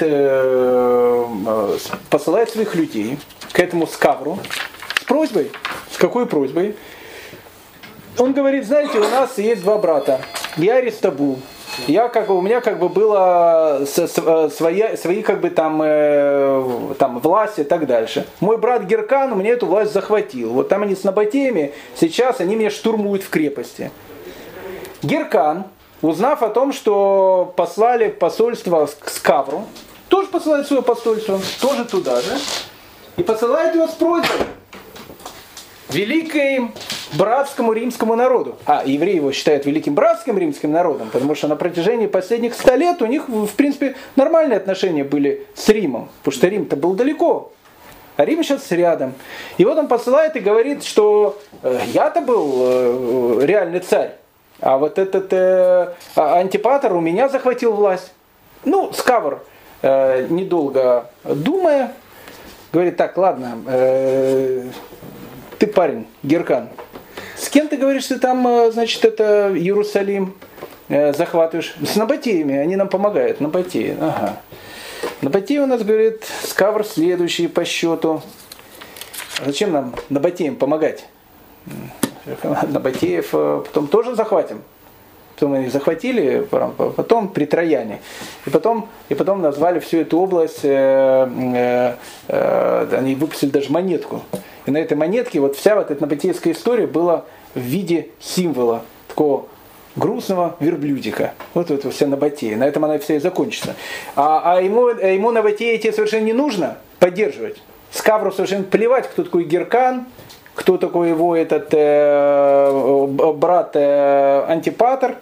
своих людей к этому Скавру с просьбой. С какой просьбой? Он говорит, знаете, у нас есть два брата. Я Аристобул. У меня было свои там власти и так дальше. Мой брат Геркан мне эту власть захватил. Вот там они с набатеями, сейчас они меня штурмуют в крепости. Геркан, узнав о том, что послали посольство к Скавру, тоже посылает свое посольство, тоже туда же, и посылает его с просьбой великому братскому римскому народу. А евреи его считают великим братским римским народом, потому что на протяжении последних 100 лет у них, в принципе, нормальные отношения были с Римом, потому что Рим-то был далеко, а Рим сейчас рядом. И вот он посылает и говорит, что я-то был реальный царь, а вот этот Антипатр у меня захватил власть. Ну, Скавр, недолго думая, говорит: так, ладно, ты парень, Геркан, с кем ты говоришь, ты там, значит, это Иерусалим захватываешь? С набатеями, они нам помогают, набатеи. Ага. Набатеи у нас, говорит, Скавр следующий по счету. Зачем нам набатеям помогать? Набатеев потом тоже захватим. Потом они захватили, потом при Трояне. И потом назвали всю эту область, они выпустили даже монетку. И на этой монетке вот вся вот эта набатеевская история была в виде символа такого грустного верблюдика. Вот это вся набатея. На этом она вся и закончится. А ему набатея тебе совершенно не нужно поддерживать. Скавру совершенно плевать, кто такой Геркан, кто такой его этот брат Антипатр,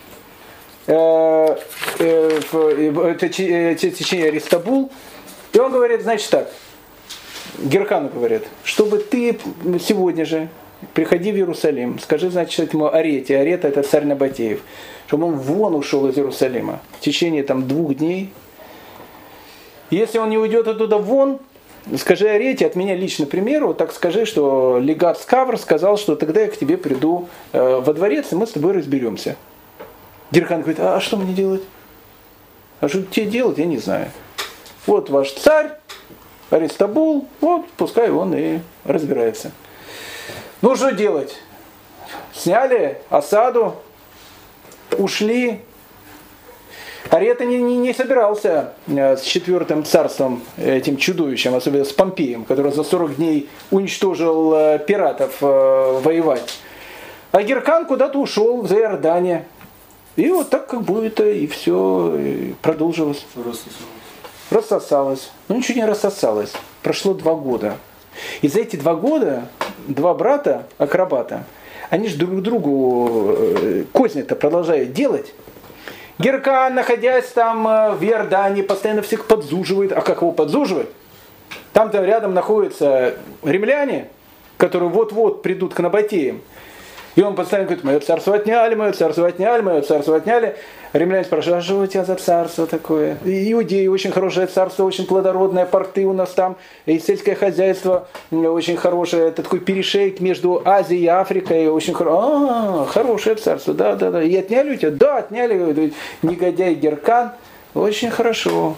точнее Аристобул. И он говорит, значит так, Геркану говорит, чтобы ты сегодня же приходи в Иерусалим, скажи, значит, этому Арете, Арета это царь Набатеев, чтобы он вон ушел из Иерусалима в течение 2 дней. Если он не уйдет оттуда вон, скажи Арете, от меня лично примеру, так скажи, что легат Скавр сказал, что тогда я к тебе приду во дворец, и мы с тобой разберемся. Геркан говорит, а что мне делать? А что тебе делать, я не знаю. Вот ваш царь, Аристобул, вот пускай он и разбирается. Ну что делать? Сняли осаду, ушли. Арета не собирался с 4-м царством, этим чудовищем, особенно с Помпеем, который за 40 дней уничтожил пиратов, воевать. А Геркан куда-то ушел в Иордане. И вот так как будет, и все и продолжилось. Рассосалось. Ну ничего не рассосалось. Прошло 2 года. И за эти 2 года 2 брата, акробата, они же друг другу козни-то продолжают делать. Геркан, находясь там в Иордании, постоянно всех подзуживает. А как его подзуживать? Там-то рядом находятся римляне, которые вот-вот придут к набатеям. И он постоянно говорит, мое царство отняли, мое царство отняли, мое царство отняли. Римляне спрашивают, а что у тебя за царство такое? Иудеи, очень хорошее царство, очень плодородное, порты у нас там, и сельское хозяйство очень хорошее. Это такой перешейк между Азией и Африкой, очень хорошее царство, да. И отняли у тебя? Да, отняли, негодяй Геркан. Очень хорошо,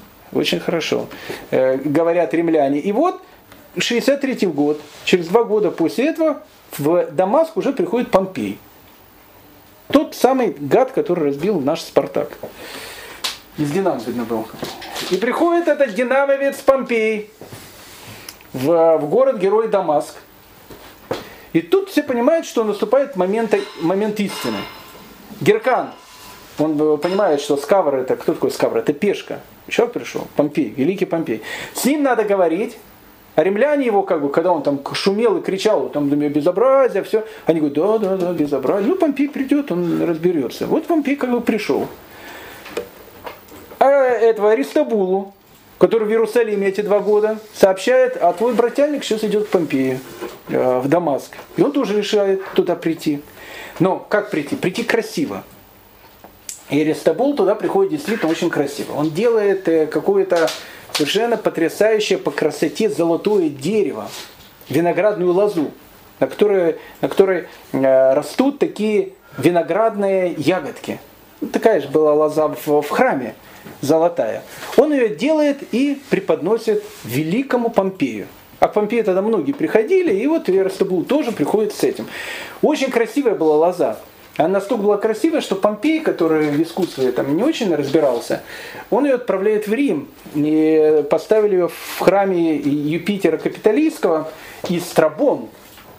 говорят римляне. И вот 63-й год, через 2 года после этого, в Дамаск уже приходит Помпей. Тот самый гад, который разбил наш Спартак. Из Динамо, видно, был. И приходит этот динамовец Помпей в город-герой Дамаск. И тут все понимают, что наступает момент истины. Геркан, он понимает, что Скавр это... Кто такой Скавр? Это пешка. Человек пришел, Помпей, великий Помпей. С ним надо говорить. А римляне его, когда он там шумел и кричал, там безобразие, все, они говорят, да, безобразие. Ну, Помпей придет, он разберется. Вот Помпей пришел. А этого Аристобулу, который в Иерусалиме эти 2 года, сообщает, а твой брательник сейчас идет к Помпею в Дамаск. И он тоже решает туда прийти. Но как прийти? Прийти красиво. И Аристобул туда приходит действительно очень красиво. Он делает какое-то совершенно потрясающее по красоте золотое дерево, виноградную лозу, на которой растут такие виноградные ягодки. Такая же была лоза в храме, золотая. Он ее делает и преподносит великому Помпею. А к Помпею тогда многие приходили, и вот Аристобул тоже приходит с этим. Очень красивая была лоза. Она настолько была красивая, что Помпей, который в искусстве там не очень разбирался, он ее отправляет в Рим. И поставили ее в храме Юпитера Капитолийского из Страбон.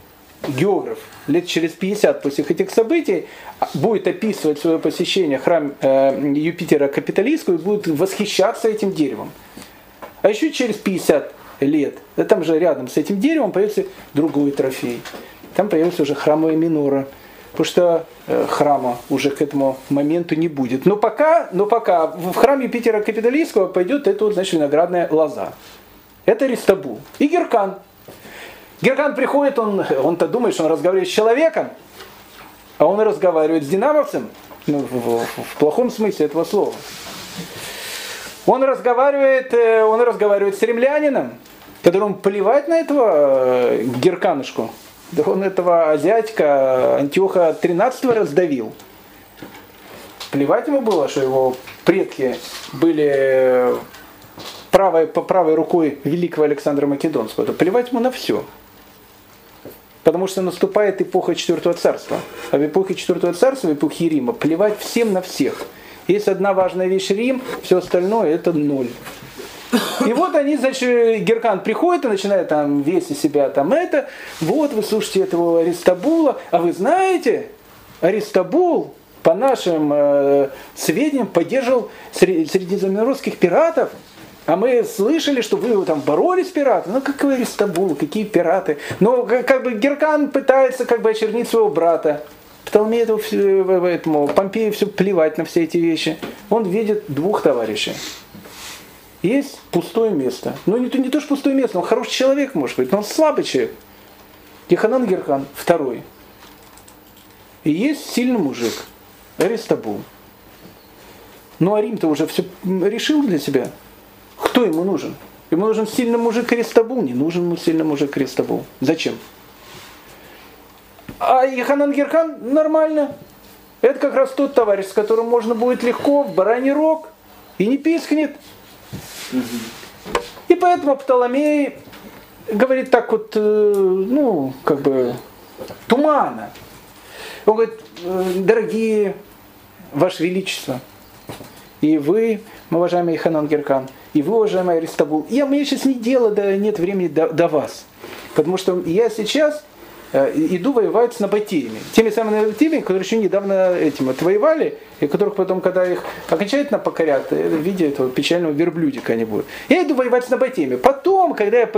географ, лет через 50 после этих событий, будет описывать свое посещение храма Юпитера Капитолийского и будет восхищаться этим деревом. А еще через 50 лет, там же рядом с этим деревом появится другой трофей. Там появится уже храмовая минора. Потому что храма уже к этому моменту не будет. Но пока в храм Юпитера Капитолийского пойдет эта вот, значит, виноградная лоза. Это Аристобул. И Геркан. Геркан приходит, он-то думает, что он разговаривает с человеком, а он разговаривает с динамовцем, ну, в плохом смысле этого слова. Он разговаривает с римлянином, которому плевать на этого Герканушку. Да он этого азиатика Антиоха 13-го раздавил. Плевать ему было, что его предки были по правой рукой великого Александра Македонского. То плевать ему на все. Потому что наступает эпоха Четвертого царства. А в эпохе Четвертого царства, в эпохе Рима, плевать всем на всех. Есть одна важная вещь Рим, все остальное это ноль. И вот они, значит, Геркан приходит и начинает там весь из себя там это. Вот вы слушаете этого Аристобула. А вы знаете, Аристобул, по нашим сведениям, поддерживал средиземноморских пиратов. А мы слышали, что вы там боролись с пиратами. Ну какой Аристобул, какие пираты. Но как бы Геркан пытается как бы очернить своего брата. Этому Помпею все плевать на все эти вещи. Он видит двух товарищей. Есть пустое место. Ну не то, что пустое место, он хороший человек, может быть, но он слабый человек. Йоханан Геркан, второй. И есть сильный мужик, Аристобул. Ну а Рим-то уже все решил для себя. Кто ему нужен? Ему нужен сильный мужик Аристобул? Не нужен ему сильный мужик Аристобул. Зачем? А Йоханан Геркан нормально. Это как раз тот товарищ, с которым можно будет легко в бараний рог и не пискнет. И поэтому Птоломей говорит так вот, ну, как бы, туманно. Он говорит, дорогие Ваше Величество, и вы, уважаемый Йоханан Геркан, и вы, уважаемый Аристобул, мне сейчас не дело, нет времени до вас. Потому что я сейчас иду воевать с набатеями. Теми самыми набатеями, которые еще недавно отвоевали, и которых потом, когда их окончательно покорят, в виде этого печального верблюдика они будут. Я иду воевать с набатеями. Потом, когда я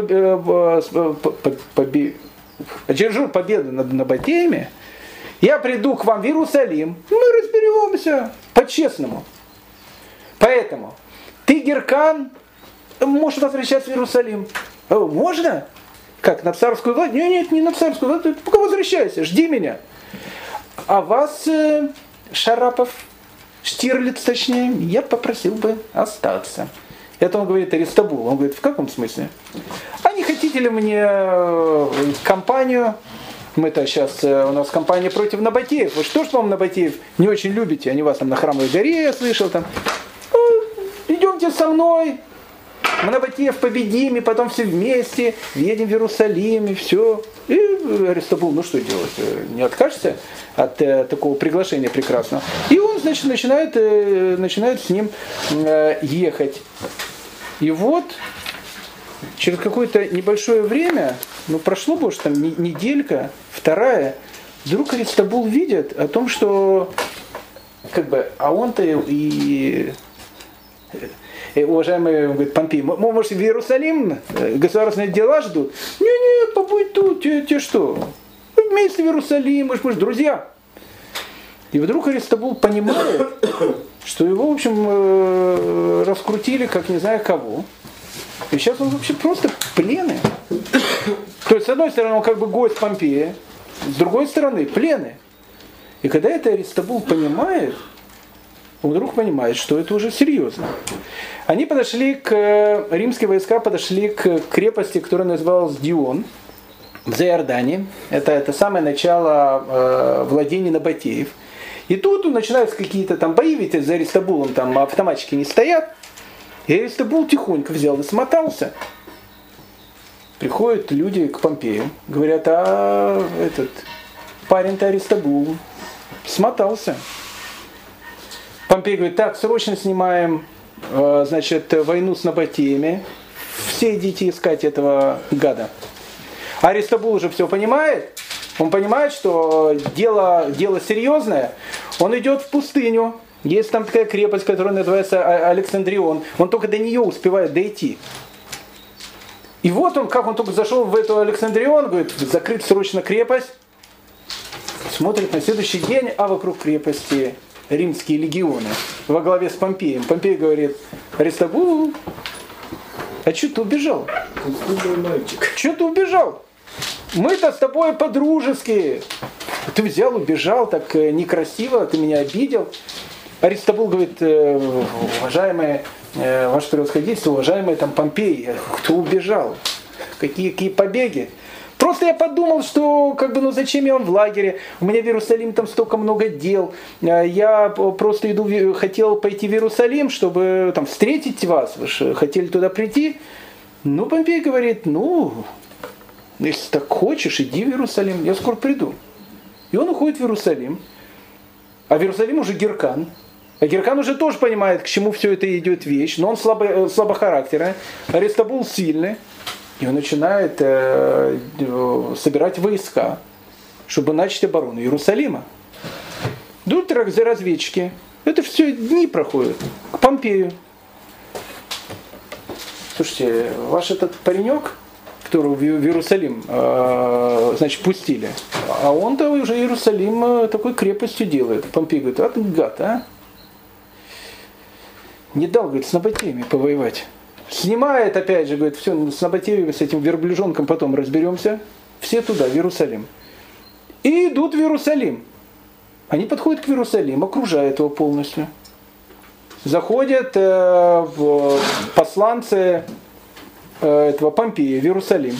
одержу победу над набатеями, я приду к вам в Иерусалим, мы разберемся по-честному. Поэтому ты, Геркан, можешь возвращаться в Иерусалим. Можно? Как, на царскую власть? Нет, не на царскую власть, ты пока возвращайся, жди меня. А вас, Шарапов, Штирлиц точнее, я попросил бы остаться. Это он говорит Аристобул. Он говорит, в каком смысле? А не хотите ли мне компанию? Мы-то сейчас, у нас компания против набатеев. Вы что ж, по-моему, набатеев не очень любите? Они вас там на Храмовой горе, я слышал, там. Идемте со мной. Мы набатеев победим, и потом все вместе едем в Иерусалим, и все. И Аристобул, ну что делать? Не откажешься от такого приглашения прекрасного. И он, значит, начинает с ним ехать. И вот через какое-то небольшое время, ну прошло, может, там неделька, вторая, вдруг Аристобул видит о том, что как бы, а он-то и уважаемый, он говорит, Помпей, может, в Иерусалим государственные дела ждут? Не, побудь тут, тебе что? Вместе в Иерусалим, мы же друзья. И вдруг Аристобул понимает, что его, в общем, раскрутили, как не знаю кого. И сейчас он вообще просто плены. То есть, с одной стороны, он как бы гость Помпея, с другой стороны, плены. И когда это Аристобул понимает, он вдруг понимает, что это уже серьезно. Римские войска подошли к крепости, которая называлась Дион, в Заиордании. Это самое начало владений набатеев. И тут начинаются какие-то там бои, ведь за Аристобулом там автоматчики не стоят. И Аристобул тихонько взял и смотался. Приходят люди к Помпею, говорят, а этот парень-то Аристобул смотался. Помпей говорит, так, срочно снимаем, значит, войну с набатеями. Все идите искать этого гада. Аристобул уже все понимает. Он понимает, что дело серьезное. Он идет в пустыню. Есть там такая крепость, которая называется Александрион. Он только до нее успевает дойти. И вот он, как он только зашел в эту Александрион, говорит, закрыть срочно крепость. Смотрит на следующий день, а вокруг крепости римские легионы во главе с Помпеем. Помпей говорит, Аристобул, а что ты убежал? Что ты убежал? Мы-то с тобой по-дружески. Ты взял, убежал, так некрасиво, ты меня обидел. Аристобул говорит, уважаемые, ваше превосходительство, уважаемый там Помпей, кто убежал? Какие побеги? Просто я подумал, что зачем я вам в лагере, у меня в Иерусалим там столько много дел, я просто хотел пойти в Иерусалим, чтобы там встретить вас, вы же хотели туда прийти. Ну, Помпей говорит, если так хочешь, иди в Иерусалим, я скоро приду. И он уходит в Иерусалим, а в Иерусалим уже Геркан. А Геркан уже тоже понимает, к чему все это идет вещь, но он слабохарактерный, Аристобул сильный. И он начинает собирать войска, чтобы начать оборону Иерусалима. Идут разведчики. Это все дни проходят. К Помпею. Слушайте, ваш этот паренек, которого в Иерусалим, пустили, а он-то уже Иерусалим такой крепостью делает. Помпей говорит, а ты гад, а? Не дал, говорит, с набатеями повоевать. Снимает, опять же, говорит, все, с набатеями, с этим верблюжонком потом разберемся. Все туда, в Иерусалим. И идут в Иерусалим. Они подходят к Иерусалиму, окружают его полностью. Заходят посланцы этого Помпея в Иерусалим.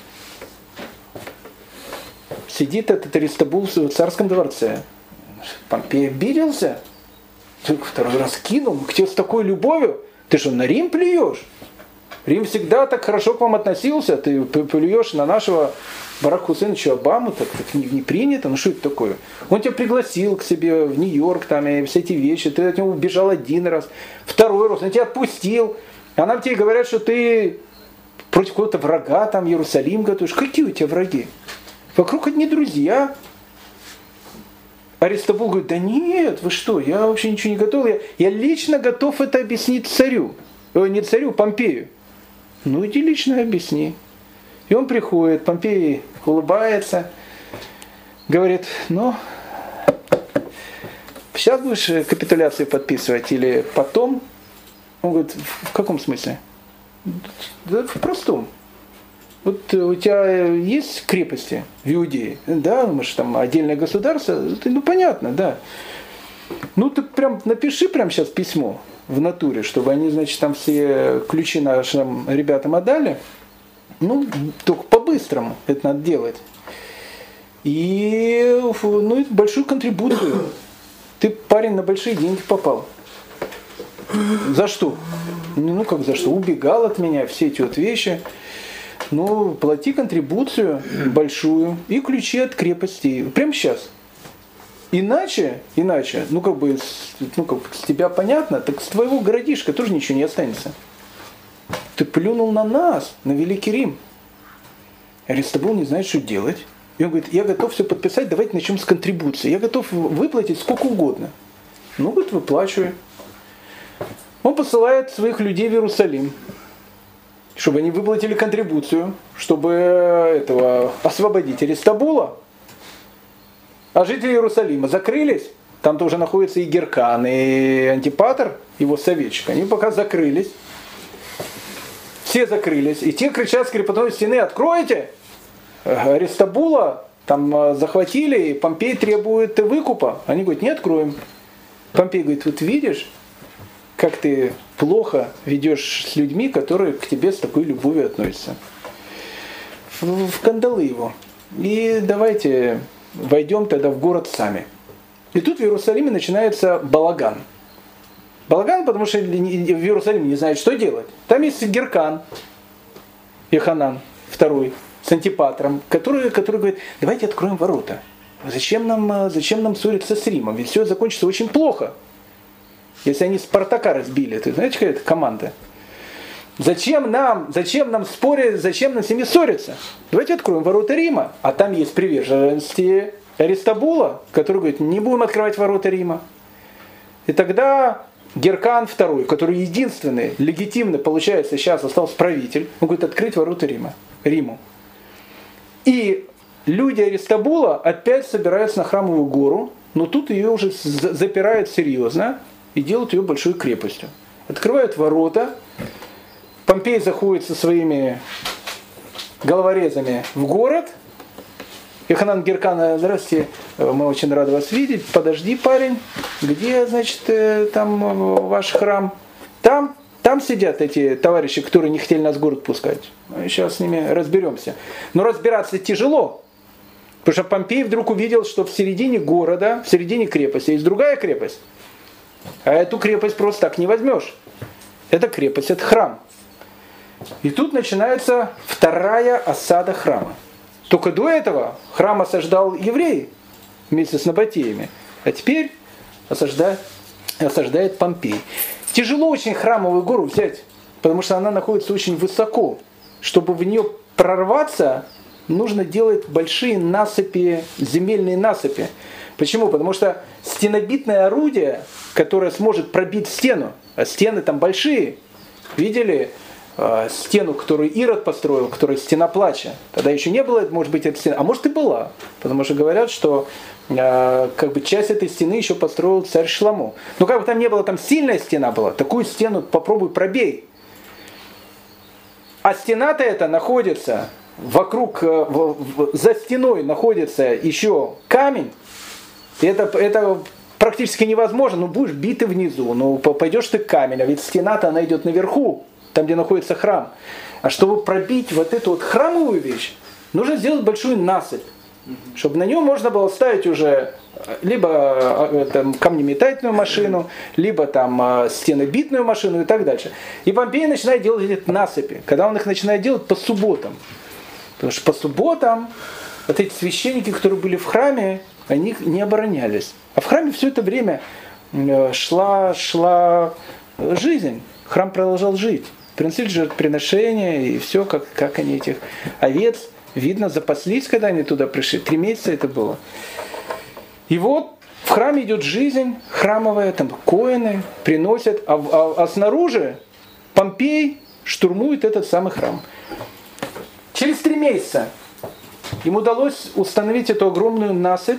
Сидит этот Аристобул в царском дворце. Помпей обиделся. Ты второй раз кинул, к тебе с такой любовью. Ты что, на Рим плюешь? Рим всегда так хорошо к вам относился, ты плюешь на нашего Барака Хусейновича Обаму, так не принято, ну что это такое? Он тебя пригласил к себе в Нью-Йорк, там, и все эти вещи, ты от него убежал один раз, второй раз, он тебя отпустил, а нам тебе говорят, что ты против какого-то врага, там, Иерусалим готовишь. Какие у тебя враги? Вокруг одни друзья. Аристобул говорит, да нет, вы что, я вообще ничего не готов, я лично готов это объяснить царю, не царю, Помпею. Ну иди лично объясни. И он приходит, Помпей улыбается, говорит, сейчас будешь капитуляцию подписывать или потом? Он говорит, в каком смысле? Да в простом. Вот у тебя есть крепости в Иудее? Да, мы же там отдельное государство. Понятно, да. Ты прям напиши прямо сейчас письмо в натуре, чтобы они, там все ключи нашим ребятам отдали. Только по-быстрому это надо делать. И большую контрибуцию. Ты, парень, на большие деньги попал. За что? Как за что? Убегал от меня, все эти вот вещи. Плати контрибуцию большую и ключи от крепости. Прямо сейчас. Иначе, с тебя понятно, так с твоего городишка тоже ничего не останется. Ты плюнул на нас, на Великий Рим. Аристобул не знает, что делать. И он говорит, я готов все подписать, давайте начнем с контрибуции. Я готов выплатить сколько угодно. Говорит, выплачивай. Он посылает своих людей в Иерусалим, чтобы они выплатили контрибуцию, чтобы освободить Аристобула. А жители Иерусалима закрылись. Там-то уже находится и Геркан, и Антипатр, его советчик. Они пока закрылись. Все закрылись. И те кричат с крепостной стены, откройте! Аристобула там захватили, и Помпей требует выкупа. Они говорят, не откроем. Помпей говорит, вот видишь, как ты плохо ведешь с людьми, которые к тебе с такой любовью относятся. В кандалы его. И давайте войдем тогда в город сами. И тут в Иерусалиме начинается балаган. Балаган, потому что в Иерусалиме не знают, что делать. Там есть Геркан, Йоханан второй, с Антипатром, который говорит, давайте откроем ворота. Зачем нам ссориться с Римом? Ведь все закончится очень плохо. Если они Спартака разбили, ты знаете, какая это команда? Зачем нам спорить, зачем нам с ними ссориться? Давайте откроем ворота Рима. А там есть приверженности Аристобула, который говорит, не будем открывать ворота Рима. И тогда Геркан II, который единственный, легитимный, получается, сейчас остался правитель, он говорит, открыть ворота Риму. И люди Аристобула опять собираются на Храмовую гору, но тут ее уже запирают серьезно и делают ее большой крепостью. Открывают ворота, Помпей заходит со своими головорезами в город. Йоханан Геркана, здравствуйте, мы очень рады вас видеть. Подожди, парень, где, значит, там ваш храм? Там сидят эти товарищи, которые не хотели нас в город пускать. Мы сейчас с ними разберемся. Но разбираться тяжело, потому что Помпей вдруг увидел, что в середине города, в середине крепости есть другая крепость. А эту крепость просто так не возьмешь. Это крепость, это храм. И тут начинается вторая осада храма. Только до этого храм осаждал евреи вместе с набатеями, а теперь осаждает Помпей. Тяжело очень Храмовую гору взять, потому что она находится очень высоко. Чтобы в нее прорваться, нужно делать большие насыпи, земельные насыпи. Почему? Потому что стенобитное орудие, которое сможет пробить стену, а стены там большие, видели? Стену, которую Ирод построил, которая стена плача. Тогда еще не было, может быть, эта стена, а может и была. Потому что говорят, что как бы часть этой стены еще построил царь Шламо. Но как бы там не было, там сильная стена была, такую стену попробуй пробей. А стена-то эта находится вокруг, за стеной находится еще камень. И это практически невозможно. Ну будешь битый внизу, ну пойдешь ты к камень, а ведь стена-то она идет наверху, там, где находится храм. А чтобы пробить вот эту вот храмовую вещь, нужно сделать большую насыпь, чтобы на нее можно было ставить уже либо там, камнеметательную машину, либо там стенобитную машину и так дальше. И Помпей начинает делать эти насыпи. Когда он их начинает делать? По субботам. Потому что по субботам вот эти священники, которые были в храме, они не оборонялись. А в храме все это время шла жизнь. Храм продолжал жить. Приносили жертвоприношения и все, как они этих овец, видно, запаслись, когда они туда пришли. 3 месяца это было. И вот в храме идет жизнь храмовая, там коэны приносят, а снаружи Помпей штурмует этот самый храм. Через 3 месяца им удалось установить эту огромную насыпь,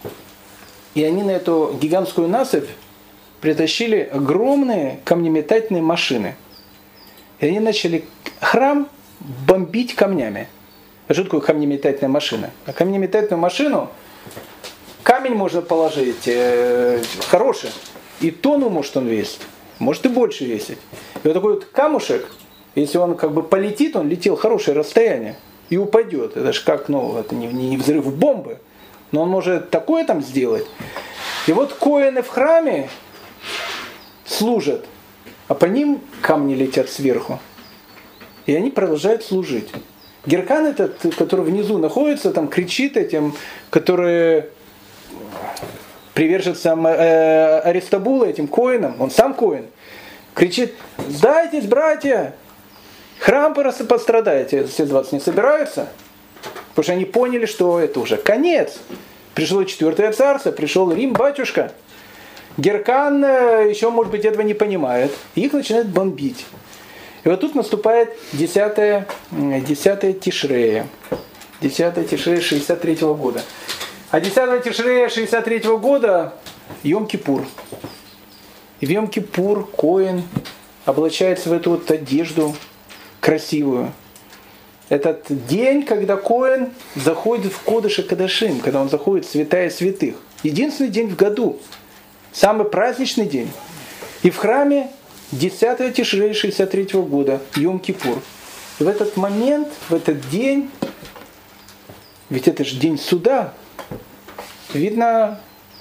и они на эту гигантскую насыпь притащили огромные камнеметательные машины. И они начали храм бомбить камнями. А что такое камнеметательная машина? На камнеметательную машину камень можно положить хороший, и тонну может он весить, может и больше весить. И вот такой вот камушек, если он как бы полетит, он летел хорошее расстояние и упадет. Это же как, это не взрыв бомбы, но он может такое там сделать. И вот коэны в храме служат, а по ним камни летят сверху. И они продолжают служить. Геркан этот, который внизу находится, там кричит этим, которые приверженцы Аристобула, этим коэнам, он сам коэн, кричит: «Сдайтесь, братья! Храм пострадает!» Все 20 не собираются, потому что они поняли, что это уже конец. Пришло 4-е царство, пришел Рим, батюшка. Геркан еще, может быть, этого не понимает. И их начинают бомбить. И вот тут наступает 10-е Тишрея. 10-е Тишрея 63-го года. А 10-го Тишрея 63-го года Йом-Кипур. И в Йом-Кипур коэн облачается в эту вот одежду красивую. Этот день, когда коэн заходит в Кодеш а-Кодашим, когда он заходит в святая святых. Единственный день в году. Самый праздничный день. И в храме 10 Тишрея 63 года, Йом-Кипур. И в этот момент, в этот день, ведь это же день суда, видно,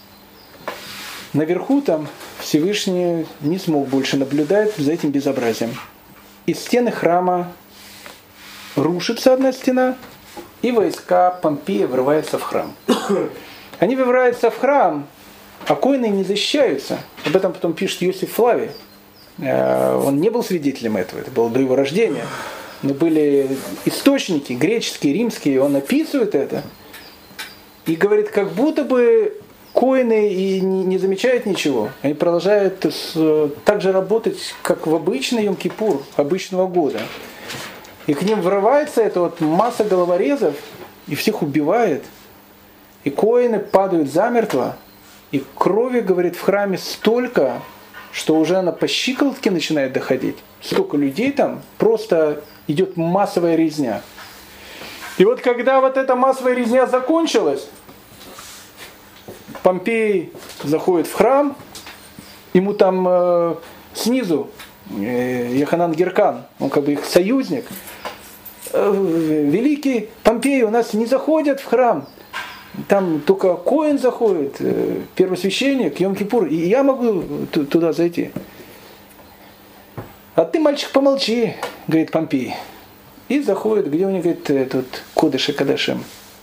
наверху там Всевышний не смог больше наблюдать за этим безобразием. Из стены храма рушится одна стена, и войска Помпея врываются в храм. Они врываются в храм, а коэны не защищаются. Об этом потом пишет Иосиф Флавий. Он не был свидетелем этого, это было до его рождения. Но были источники, греческие, римские, он описывает это. И говорит, как будто бы коины и не замечают ничего. Они продолжают так же работать, как в обычный Йом-Кипур, обычного года. И к ним врывается эта вот масса головорезов, и всех убивает. И коины падают замертво. И крови, говорит, в храме столько, что уже она по щиколотке начинает доходить. Столько людей там, просто идет массовая резня. И вот когда вот эта массовая резня закончилась, Помпей заходит в храм, ему там снизу Йоханан Геркан, он как бы их союзник, великий Помпей, у нас не заходят в храм, там только коэн заходит, первосвященник, Йом-Кипур, и я могу туда зайти. А ты, мальчик, помолчи, говорит Помпей. И заходит, где у них, говорит, тут Кодеш ха-Кодашим.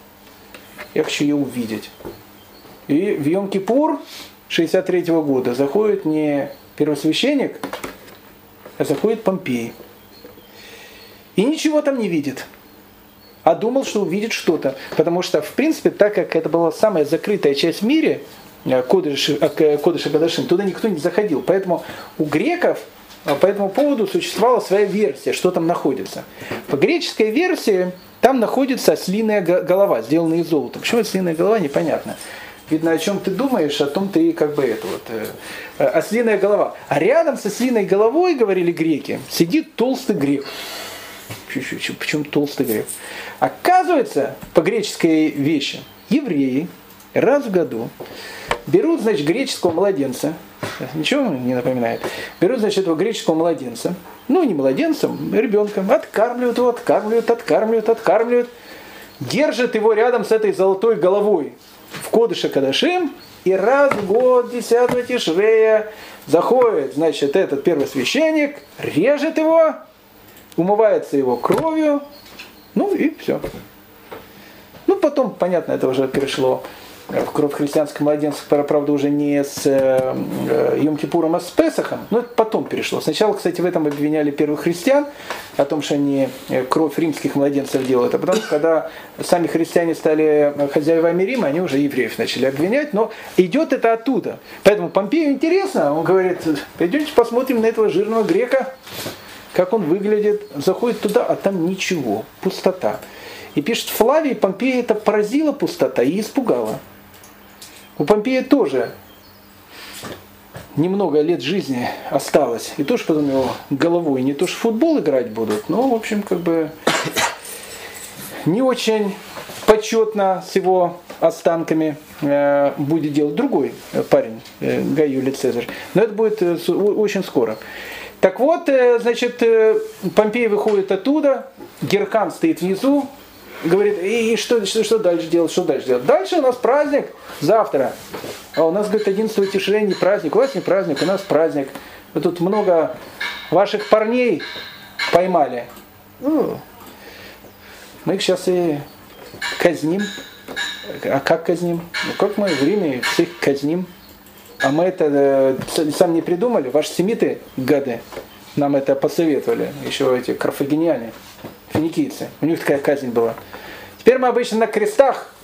Я хочу ее увидеть. И в Йом-Кипур 63-го года заходит не первосвященник, а заходит Помпей. И ничего там не видит. А думал, что увидит что-то. Потому что, в принципе, так как это была самая закрытая часть в мире, Кодеш ха-Кодашим, туда никто не заходил. Поэтому у греков по этому поводу существовала своя версия, что там находится. По греческой версии там находится ослиная голова, сделанная из золота. Почему ослиная голова, непонятно. Видно, о чем ты думаешь, о том ты как бы это вот. Ослиная голова. А рядом с ослиной головой, говорили греки, сидит толстый грек. Почему толстый грек? Оказывается, по греческой вещи, евреи раз в году берут, значит, греческого младенца, ничего не напоминает, берут, значит, этого греческого младенца, ну не младенцем, ребенком, откармливают его, откармливают, держат его рядом с этой золотой головой в Кодеш ха-Кодашим, и раз в год 10 Тишрея заходит, значит, этот первосвященник, режет его, умывается его кровью, ну и все. Ну потом, понятно, это уже перешло в кровь христианских младенцев, правда, уже не с Йом-Кипуром, а с Песахом. Но это потом перешло. Сначала, кстати, в этом обвиняли первых христиан, о том, что они кровь римских младенцев делают. А потом, когда сами христиане стали хозяевами Рима, они уже евреев начали обвинять. Но идет это оттуда. Поэтому Помпею интересно. Он говорит, пойдемте посмотрим на этого жирного грека, как он выглядит. Заходит туда, а там ничего. Пустота. И пишет Флавий, Помпея это поразила пустота и испугала. У Помпея тоже немного лет жизни осталось. И тоже потом его головой не то что в футбол играть будут, но, в общем, как бы не очень почетно с его останками будет делать другой парень, Гай Юлий Цезарь. Но это будет очень скоро. Так вот, значит, Помпей выходит оттуда, Геркан стоит внизу, говорит, и что дальше делать, что дальше делать? Дальше у нас праздник завтра. А у нас, говорит, 11 Тишрея не праздник. У вас не праздник, у нас праздник. Вы тут много ваших парней поймали. Ну, мы их сейчас и казним. А как казним? Ну, как мы в Риме всех казним. А мы это сами не придумали. Ваши семиты, гады, нам это посоветовали. Еще эти карфагеняне, финикийцы. У них такая казнь была. Теперь мы обычно на крестах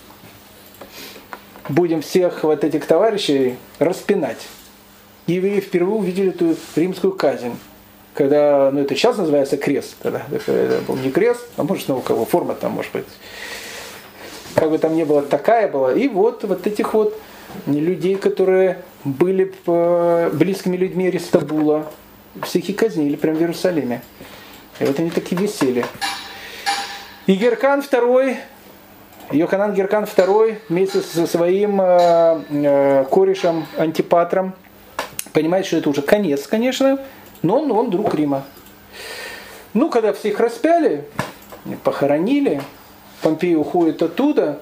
будем всех вот этих товарищей распинать. Евреи впервые увидели эту римскую казнь. Когда, ну это сейчас называется крест. Тогда это был не крест, а может, ну у кого форма там может быть. Как бы там ни было, такая была. И вот этих вот людей, которые были близкими людьми Аристабула, всех и казнили прямо в Иерусалиме. И вот они такие висели. И Геркан II, Йоханан Геркан II вместе со своим корешем Антипатром понимает, что это уже конец, конечно, но он друг Рима. Ну, когда всех распяли, похоронили, Помпей уходит оттуда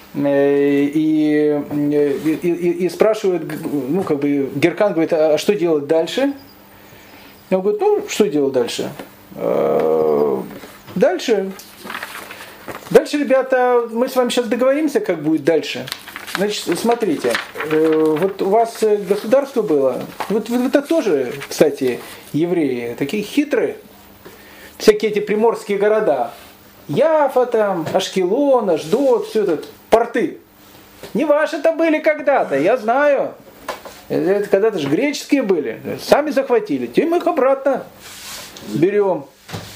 и спрашивает, ну, как бы, Геркан говорит, а что делать дальше? И он говорит, ну, что делать дальше? Дальше, ребята, мы с вами сейчас договоримся, как будет дальше. Значит, смотрите, вот у вас государство было, вот вы это тоже, кстати, евреи, такие хитрые, всякие эти приморские города, Яфа там, Ашкелон, Ашдод, все это, порты. Не ваши-то были когда-то, я знаю. Это когда-то же греческие были, сами захватили, тем их обратно берем.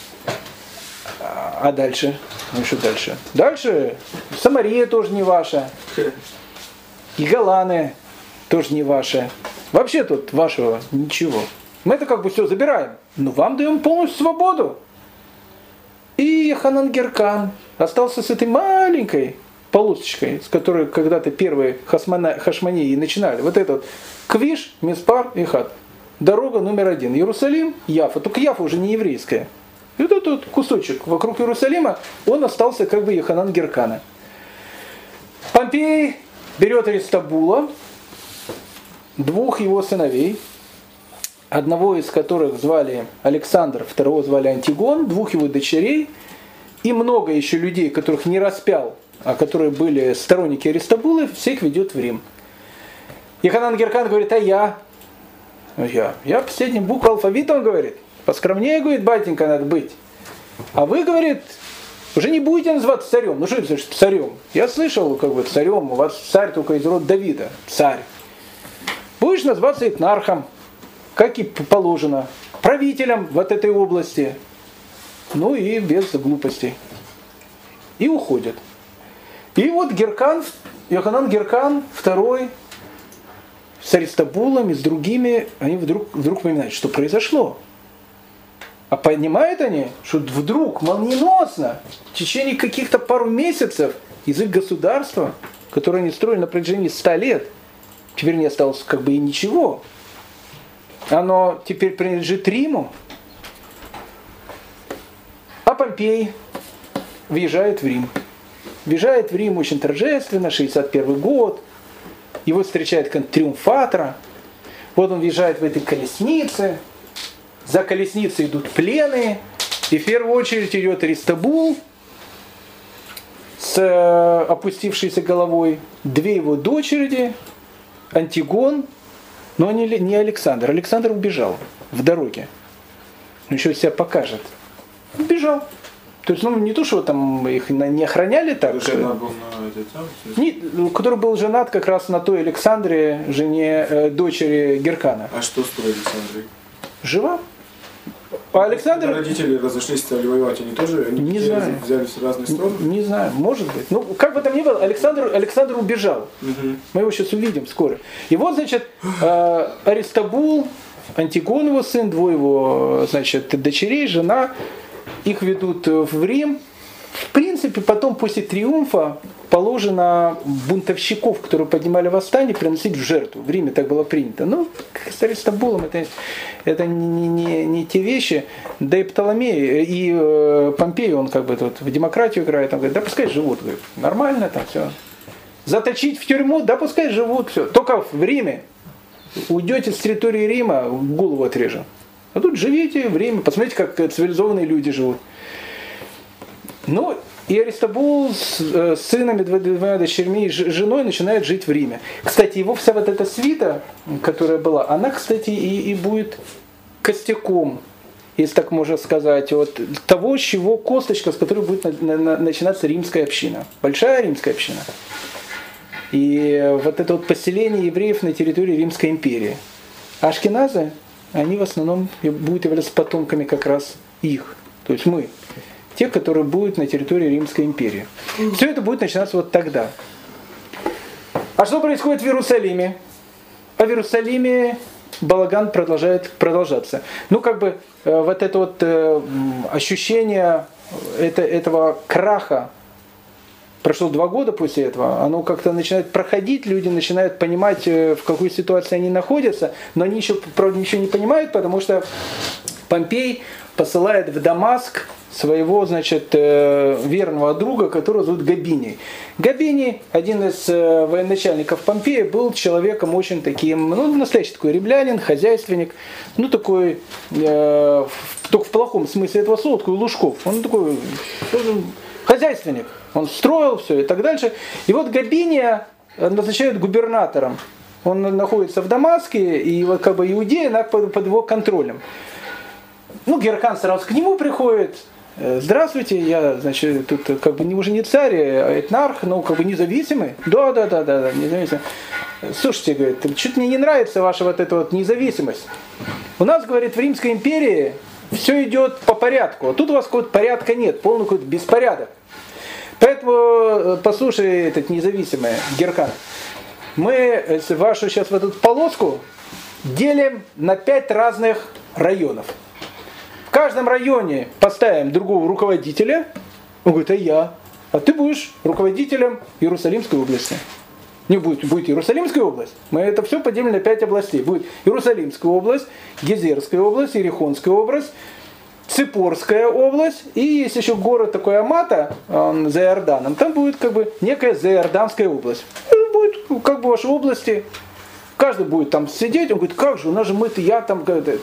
А дальше? Ну что дальше? Дальше Самария тоже не ваша. И Голаны тоже не ваши. Вообще тут вашего ничего. Мы это как бы все забираем. Но вам даем полностью свободу. И Йоханан Геркан остался с этой маленькой полосочкой, с которой когда-то первые хашмонеи начинали. Вот это вот Квиш, Миспар и Хат. Дорога номер 1. Иерусалим, Яфа. Только Яфа уже не еврейская. И вот этот кусочек вокруг Иерусалима, он остался как бы Йоханан Геркана. Помпей берет Аристобула, 2 его сыновей, одного из которых звали Александр, второго звали Антигон, 2 его дочерей, и много еще людей, которых не распял, а которые были сторонники Аристобула, всех ведет в Рим. Йоханан Геркан говорит, а я? Я последняя буква алфавита, он говорит. Поскромнее, говорит, батенька, надо быть. А вы, говорит, уже не будете называться царем. Ну что это значит царем? Я слышал, как бы царем, у вас царь только из рода Давида. Царь. Будешь называться этнархом, как и положено. Правителем вот этой области. Ну и без глупостей. И уходят. И вот Геркан, Йоханан Геркан, второй, с Аристобулом и с другими, они вдруг понимают, что произошло. А понимают они, что вдруг, молниеносно, в течение каких-то пару месяцев язык государства, которое они строили на протяжении 100 лет, теперь не осталось как бы и ничего. Оно теперь принадлежит Риму. А Помпей въезжает в Рим. Въезжает в Рим очень торжественно, 61 год. Его встречает как триумфатора. Вот он въезжает в этой колеснице. За колесницей идут плены. И в первую очередь идет Аристобул с опустившейся головой. 2 его дочери, Антигон, но не Александр. Александр убежал в дороге. Он еще себя покажет. Убежал. То есть, не то, что там их не охраняли так. Жена был на этот самый? Который был женат как раз на той Александре, жене дочери Геркана. А что с той Александрой? Жива. А Александр... Родители разошлись, стали воевать, они тоже не знаю. Взялись в разные стороны? Не знаю, может быть. Ну, как бы там ни было, Александр убежал. Угу. Мы его сейчас увидим скоро. И вот, значит, Аристобул, Антигон его сын, 2 его, значит, дочерей, жена, их ведут в Рим. В принципе, потом, после триумфа, положено бунтовщиков, которые поднимали восстание, приносить в жертву. В Риме так было принято. Ну, с Аристобулом это не те вещи. Да и Птоломей, и Помпей, он как бы тут в демократию играет, он говорит, да пускай живут, говорит, нормально там все. Заточить в тюрьму, да пускай живут, все. Только в Риме. Уйдете с территории Рима, голову отрежем. А тут живите в Риме, посмотрите, как цивилизованные люди живут. Ну, и Аристобул с сынами, 2 дочерьми и женой начинает жить в Риме. Кстати, его вся вот эта свита, которая была, она, кстати, и будет костяком, если так можно сказать, вот того, с чего косточка, с которой будет начинаться римская община. Большая римская община. И вот это вот поселение евреев на территории Римской империи. А ашкеназы, они в основном будут являться потомками как раз их. То есть мы. Те, которые будут на территории Римской империи. Все это будет начинаться вот тогда. А что происходит в Иерусалиме? А в Иерусалиме балаган продолжает продолжаться. Ну, как бы вот это вот ощущение этого краха, прошло 2 года после этого, оно как-то начинает проходить, люди начинают понимать, в какой ситуации они находятся, но они еще, правда, ничего не понимают, потому что Помпей посылает в Дамаск своего, значит, верного друга, которого зовут Габиний. Габиний, один из военачальников Помпея, был человеком очень таким, настоящий такой римлянин, хозяйственник, такой, только в плохом смысле этого слова, такой Лужков. Он такой хозяйственник, он строил все и так дальше. И вот Габиния назначают губернатором. Он находится в Дамаске, и вот как бы Иудея под его контролем. Ну, Геркан сразу к нему приходит. Здравствуйте, я, значит, тут как бы уже не царь, а этнарх, но как бы независимый. Да, независимый. Слушайте, говорит, что-то мне не нравится ваша вот эта вот независимость. У нас, говорит, в Римской империи все идет по порядку, а тут у вас какого-то порядка нет, полный какой-то беспорядок. Поэтому, послушай, этот независимый Геркан, мы вашу сейчас вот эту полоску делим на 5 разных районов. В каждом районе поставим другого руководителя. Он говорит, а я? А ты будешь руководителем Иерусалимской области. Не будет Иерусалимская область. Мы это все поделим на 5 областей. Будет Иерусалимская область, Гезерская область, Иерихонская область, Ципорская область. И есть еще город такой Амата, он за Иорданом. Там будет как бы некая Заиорданская область. Будет как бы ваши области. Каждый будет там сидеть. Он говорит, как же, у нас же мы-то, я там...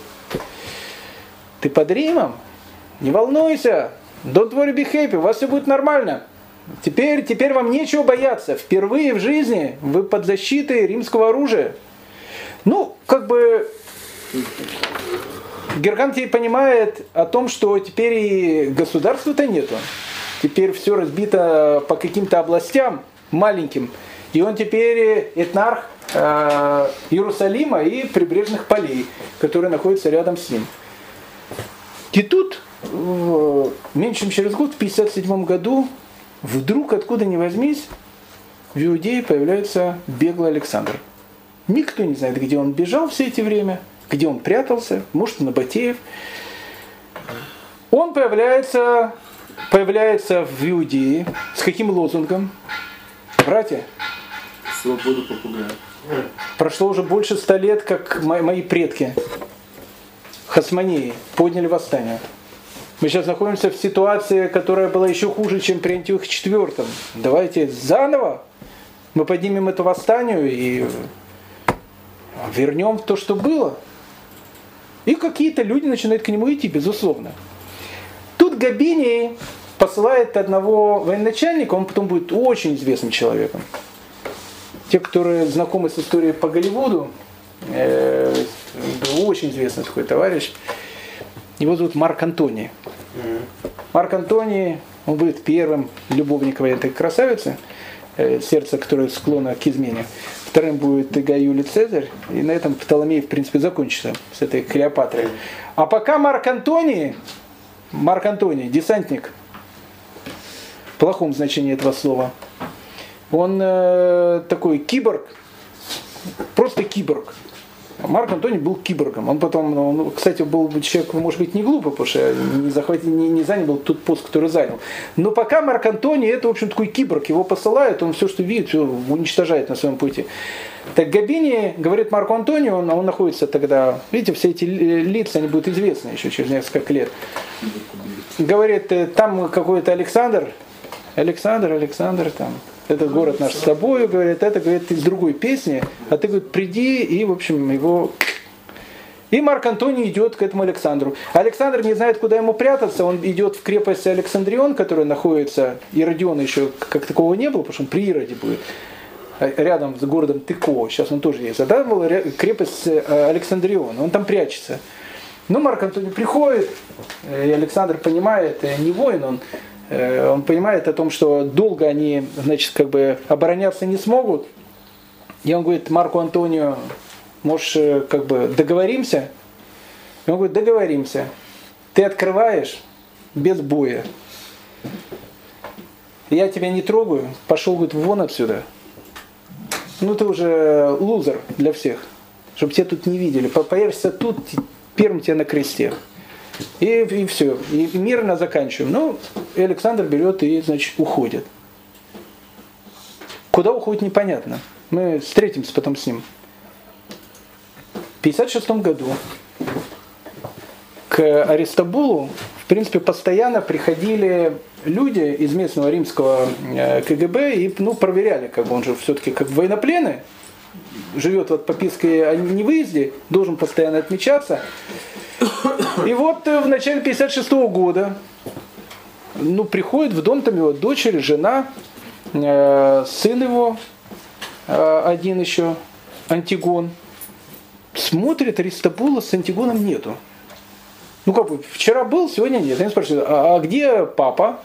Ты под Римом? Не волнуйся. Don't worry, be happy. У вас все будет нормально. Теперь вам нечего бояться. Впервые в жизни вы под защитой римского оружия. Ну, как бы... Геркан теперь понимает о том, что теперь и государства-то нету. Теперь все разбито по каким-то областям маленьким. И он теперь этнарх Иерусалима и прибрежных полей, которые находятся рядом с ним. И тут, меньше чем через год, в 57 году, вдруг, откуда ни возьмись, в Иудее появляется беглый Александр. Никто не знает, где он бежал все эти время, где он прятался, может, Набатеев. Он появляется в Иудее. С каким лозунгом? Братья, свободу попугая. Прошло уже больше 100 лет, как мои предки, хасмонеи, подняли восстание. Мы сейчас находимся в ситуации, которая была еще хуже, чем при Антиохе IV. Давайте заново мы поднимем это восстание и вернем то, что было. И какие-то люди начинают к нему идти, безусловно. Тут Габиний посылает одного военачальника, он потом будет очень известным человеком. Те, которые знакомы с историей по Голливуду, очень известный такой товарищ, его зовут Марк Антоний. Марк Антоний, он будет первым любовником этой красавицы, сердце, которое склонно к измене. Вторым будет Гай Юлий Цезарь, и на этом Птоломей, в принципе, закончится с этой Клеопатрой. А пока Марк Антоний, десантник, в плохом значении этого слова, он такой просто киборг. Марк Антоний был киборгом. Он потом, кстати, был человек, может быть, не глупый, потому что не занял тот пост, который занял. Но пока Марк Антоний, это, в общем, такой киборг. Его посылают, он все, что видит, все уничтожает на своем пути. Так Габиний говорит Марку Антонию, он находится тогда, видите, все эти лица, они будут известны еще через несколько лет. Говорит, там какой-то Александр там. Это город наш с тобою, говорит, это, говорит, из другой песни, а ты, говорит, приди, и, в общем, его... И Марк Антоний идет к этому Александру. Александр не знает, куда ему прятаться, он идет в крепость Александрион, которая находится, Иродиона еще как такого не было, потому что он при Ироде будет, рядом с городом Теко, сейчас он тоже есть. А там была крепость Александрион, он там прячется. Но Марк Антоний приходит, и Александр понимает, не воин, он понимает о том, что долго они, значит, как бы обороняться не смогут. И он говорит Марку Антонию, может, как бы договоримся? И он говорит, договоримся. Ты открываешь без боя. Я тебя не трогаю, пошел, говорит, вон отсюда. Ну ты уже лузер для всех, чтобы тебя тут не видели. Появишься тут, первым тебя на кресте. И все, и мирно заканчиваем. Ну, и Александр берет и, значит, уходит. Куда уходит, непонятно. Мы встретимся потом с ним. В 1956 году к Аристобулу, в принципе, постоянно приходили люди из местного римского КГБ и проверяли, как бы он же все-таки как военнопленный, живет в подписке о невыезде, должен постоянно отмечаться. И вот в начале 1956 года приходит в дом там его дочери, жена, сын его, один еще, Антигон. Смотрит, Аристобула с Антигоном нету. Ну как бы, вчера был, сегодня нет. Они спрашивают, а где папа?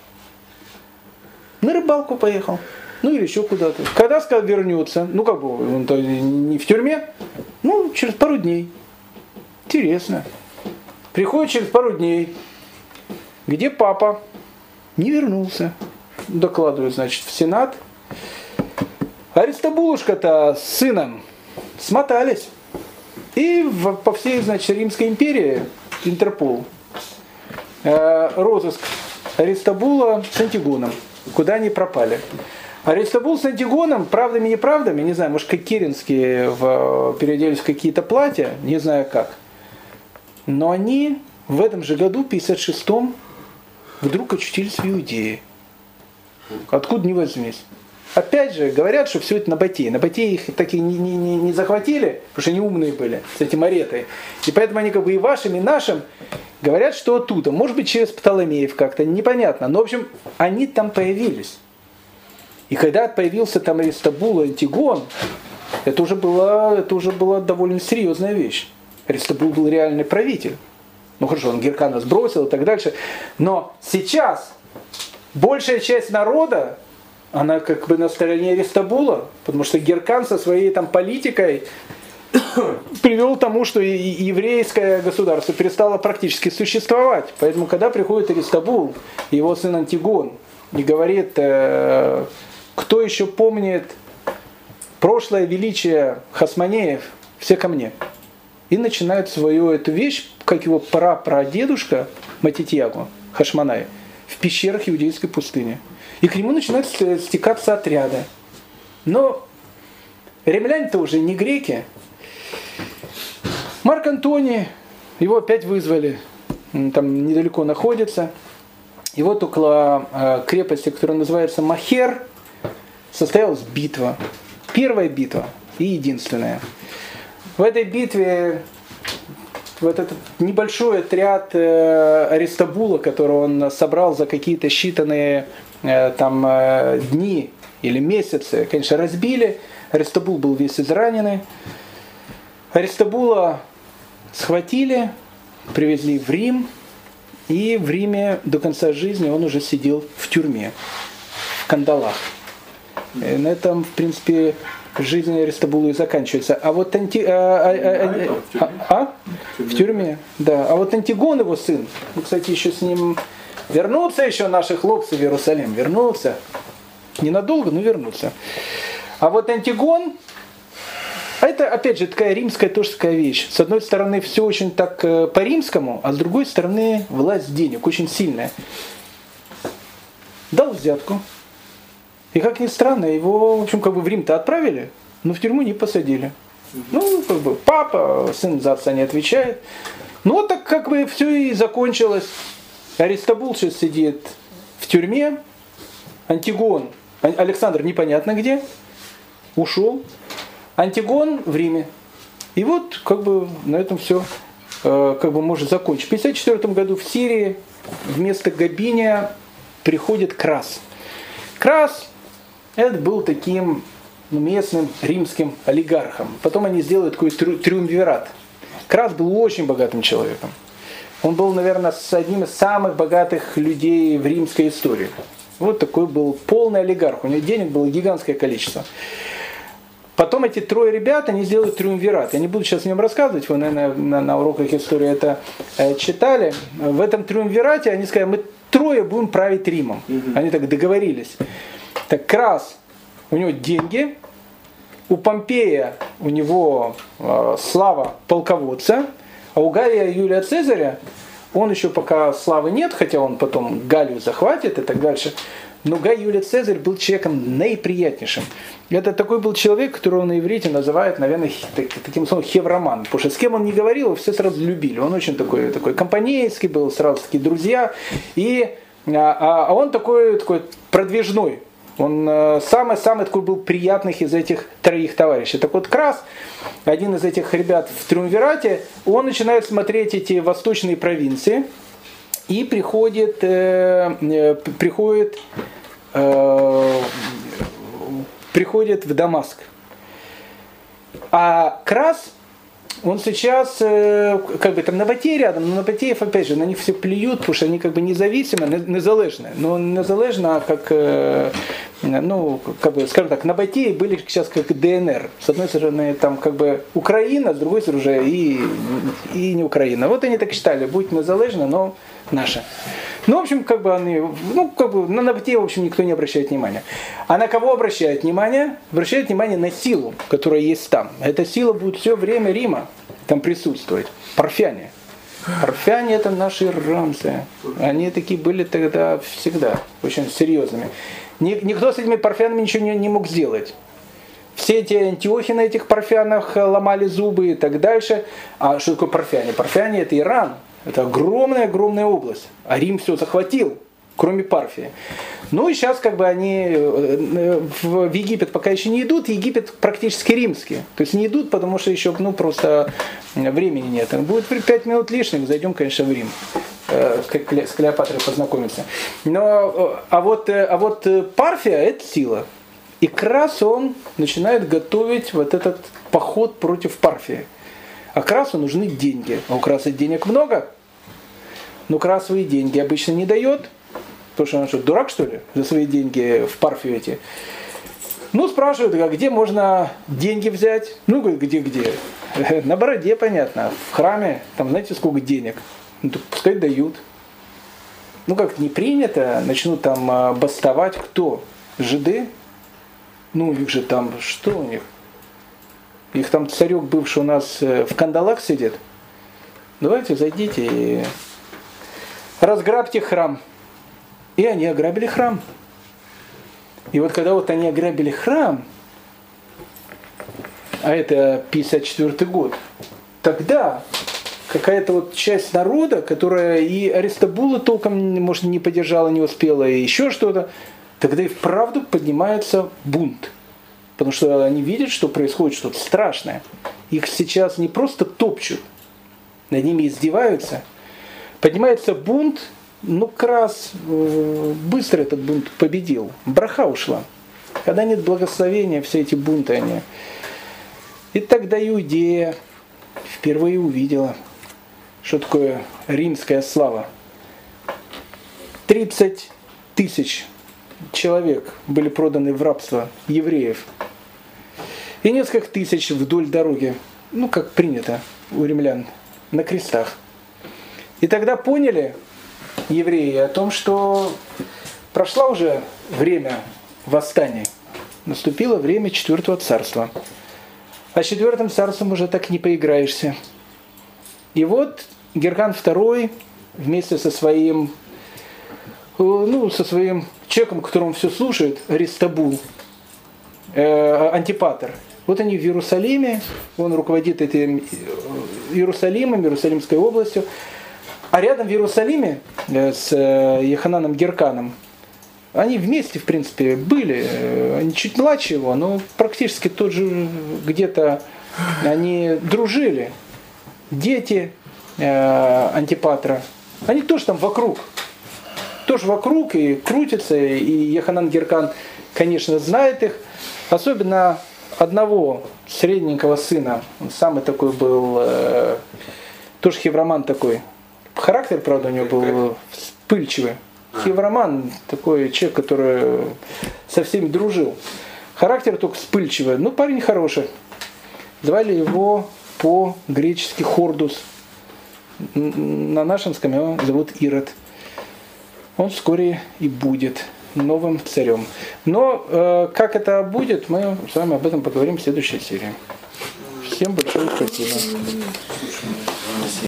На рыбалку поехал. Ну или еще куда-то. Когда, сказал, вернется? Ну как бы, он-то не в тюрьме? Ну, через пару дней. Интересно. Приходит через пару дней. Где папа? Не вернулся. Докладывают, значит, в Сенат. Аристобулушка-то с сыном смотались. И по всей, значит, Римской империи Интерпол. Розыск Аристобула с Антигоном. Куда они пропали. Аристобул с Антигоном, правдами и неправдами, не знаю, может, как Керенские переоделись в какие-то платья, не знаю как. Но они в этом же году, 56-м, вдруг очутились в Иудее. Откуда ни возьмись. Опять же, говорят, что все это на Набатеи. Набатеи их так и не захватили, потому что они умные были, с этим аретой. И поэтому они как бы и вашим, и нашим говорят, что оттуда. Может быть, через Птоломеев как-то, непонятно. Но, в общем, они там появились. И когда появился там Аристобул и Антигон, это уже была довольно серьезная вещь. Аристобул был реальный правитель. Ну хорошо, он Геркана сбросил и так дальше. Но сейчас большая часть народа, она как бы на стороне Аристобула, потому что Геркан со своей там политикой привел к тому, что еврейское государство перестало практически существовать. Поэтому, когда приходит Аристобул, его сын Антигон, и говорит, кто еще помнит прошлое величие Хасмонеев, все ко мне. И начинает свою эту вещь, как его прапрадедушка Матитьягу, Хашмонай, в пещерах иудейской пустыни. И к нему начинают стекаться отряды. Но римляне-то уже не греки. Марк Антоний, его опять вызвали, он там недалеко находится. И вот около крепости, которая называется Махер, состоялась битва. Первая битва и единственная. В этой битве вот этот небольшой отряд Аристобула, который он собрал за какие-то считанные там дни или месяцы, конечно, разбили. Аристобул был весь израненный. Аристобула схватили, привезли в Рим. И в Риме до конца жизни он уже сидел в тюрьме, в кандалах. И на этом, в принципе, жизнь Аристобула и заканчивается. А вот в тюрьме, да. А вот Антигон, его сын, кстати, еще с ним вернутся еще наши хлопцы в Иерусалим. Вернутся. Ненадолго, но вернутся. А вот Антигон, это, опять же, такая римская тоже такая вещь. С одной стороны, все очень так по-римскому, а с другой стороны, власть денег очень сильная. Дал взятку. И, как ни странно, его, в общем, как бы в Рим-то отправили, но в тюрьму не посадили. Ну, как бы, папа, сын за отца не отвечает. Ну, вот так как бы все и закончилось. Аристобул сейчас сидит в тюрьме. Антигон, Александр непонятно где, ушел. Антигон в Риме. И вот как бы на этом все как бы может закончить. В 1954 году в Сирии вместо Габиния приходит Крас. Крас это был таким местным римским олигархом. Потом они сделали такой триумвират. Крас был очень богатым человеком. Он был, наверное, одним из самых богатых людей в римской истории. Вот такой был полный олигарх. У него денег было гигантское количество. Потом эти трое ребят, они сделают триумвират. Я не буду сейчас о нем рассказывать, вы, наверное, на уроках истории это читали. В этом триумвирате они сказали, мы трое будем править Римом. Они так договорились. Так Крас, у него деньги, у Помпея у него слава полководца, а у Гая Юлия Цезаря, он еще пока славы нет, хотя он потом Галлию захватит и так дальше, но Гай Юлий Цезарь был человеком наиприятнейшим. Это такой был человек, которого на иврите называют, наверное, таким словом хевроман. Потому что с кем он не говорил, все сразу любили. Он очень такой компанейский был, сразу такие друзья. А он такой продвижной. Он самый такой был приятных из этих троих товарищей. Так вот, Крас, один из этих ребят в триумвирате, он начинает смотреть эти восточные провинции и приходит в Дамаск. А Крас, он сейчас, как бы там Набатей рядом, но Набатеев, опять же, на них все плюют, потому что они как бы независимы, незалежные. Но незалежно, как, ну, как бы, скажем так, Набатеи были сейчас как ДНР. С одной стороны, там как бы Украина, с другой стороны, уже и не Украина. Вот они так считали, будь незалежно, но наша. Ну, в общем, как бы они, ну, как бы на Набатея, в общем, никто не обращает внимания. А на кого обращает внимание? Обращает внимание на силу, которая есть там. Эта сила будет все время Рима там присутствовать. Парфяне. Парфяне это наши иранцы. Они такие были тогда всегда очень серьезными. Никто с этими парфянами ничего не мог сделать. Все эти антиохи на этих парфянах ломали зубы и так дальше. А что такое парфяне? Парфяне это Иран. Это огромная область. А Рим все захватил, кроме Парфии. Ну и сейчас как бы они в Египет пока еще не идут. Египет практически римский. То есть не идут, потому что еще просто времени нет. Будет 5 минут лишних, зайдем, конечно, в Рим. С Клеопатрой познакомиться. А вот Парфия это сила. И Крас он начинает готовить вот этот поход против Парфии. А Красу нужны деньги. А у Краса денег много. Но Красовые деньги обычно не дает. Потому что он что, дурак, что ли, за свои деньги в Парфию эти? Ну, спрашивают, а где можно деньги взять? Ну, говорит, где? На бороде, понятно. В храме, там, знаете, сколько денег? Ну, так пускай дают. Ну, как не принято, начнут там бастовать кто? Жиды? Ну, у них же там, что у них? Их там царек бывший у нас в кандалах сидит. Давайте зайдите и разграбьте храм. И они ограбили храм. И вот когда вот они ограбили храм, а это 54 год, тогда какая-то вот часть народа, которая и Аристобула толком, может, не поддержала, не успела, и еще что-то, тогда и вправду поднимается бунт. Потому что они видят, что происходит что-то страшное. Их сейчас не просто топчут, над ними издеваются. Поднимается бунт, ну, Крас быстро этот бунт победил. Браха ушла. Когда нет благословения, все эти бунты они. И тогда Иудея впервые увидела, что такое римская слава. 30 тысяч человек были проданы в рабство евреев. И несколько тысяч вдоль дороги, ну, как принято у римлян, на крестах. И тогда поняли евреи о том, что прошло уже время восстания. Наступило время 4-го царства. А с 4-м царством уже так не поиграешься. И вот Геркан II вместе со своим человеком, которому все слушает, Аристобул, Антипатр. Вот они в Иерусалиме, он руководит этим Иерусалимом, Иерусалимской областью. А рядом в Иерусалиме с Йохананом Герканом, они вместе, в принципе, были. Они чуть младше его, но практически тот же где-то они дружили. Дети Антипатра, они тоже там вокруг. Тоже вокруг и крутятся. И Йоханан Геркан, конечно, знает их. Особенно одного средненького сына. Он самый такой был, тоже хевроман такой. Характер, правда, у него был вспыльчивый. Хевроман такой человек, который со всеми дружил. Характер только вспыльчивый. Ну, парень хороший. Звали его по-гречески Хордус. На нашинском его зовут Ирод. Он вскоре и будет новым царем. Но как это будет, мы с вами об этом поговорим в следующей серии. Всем большое спасибо.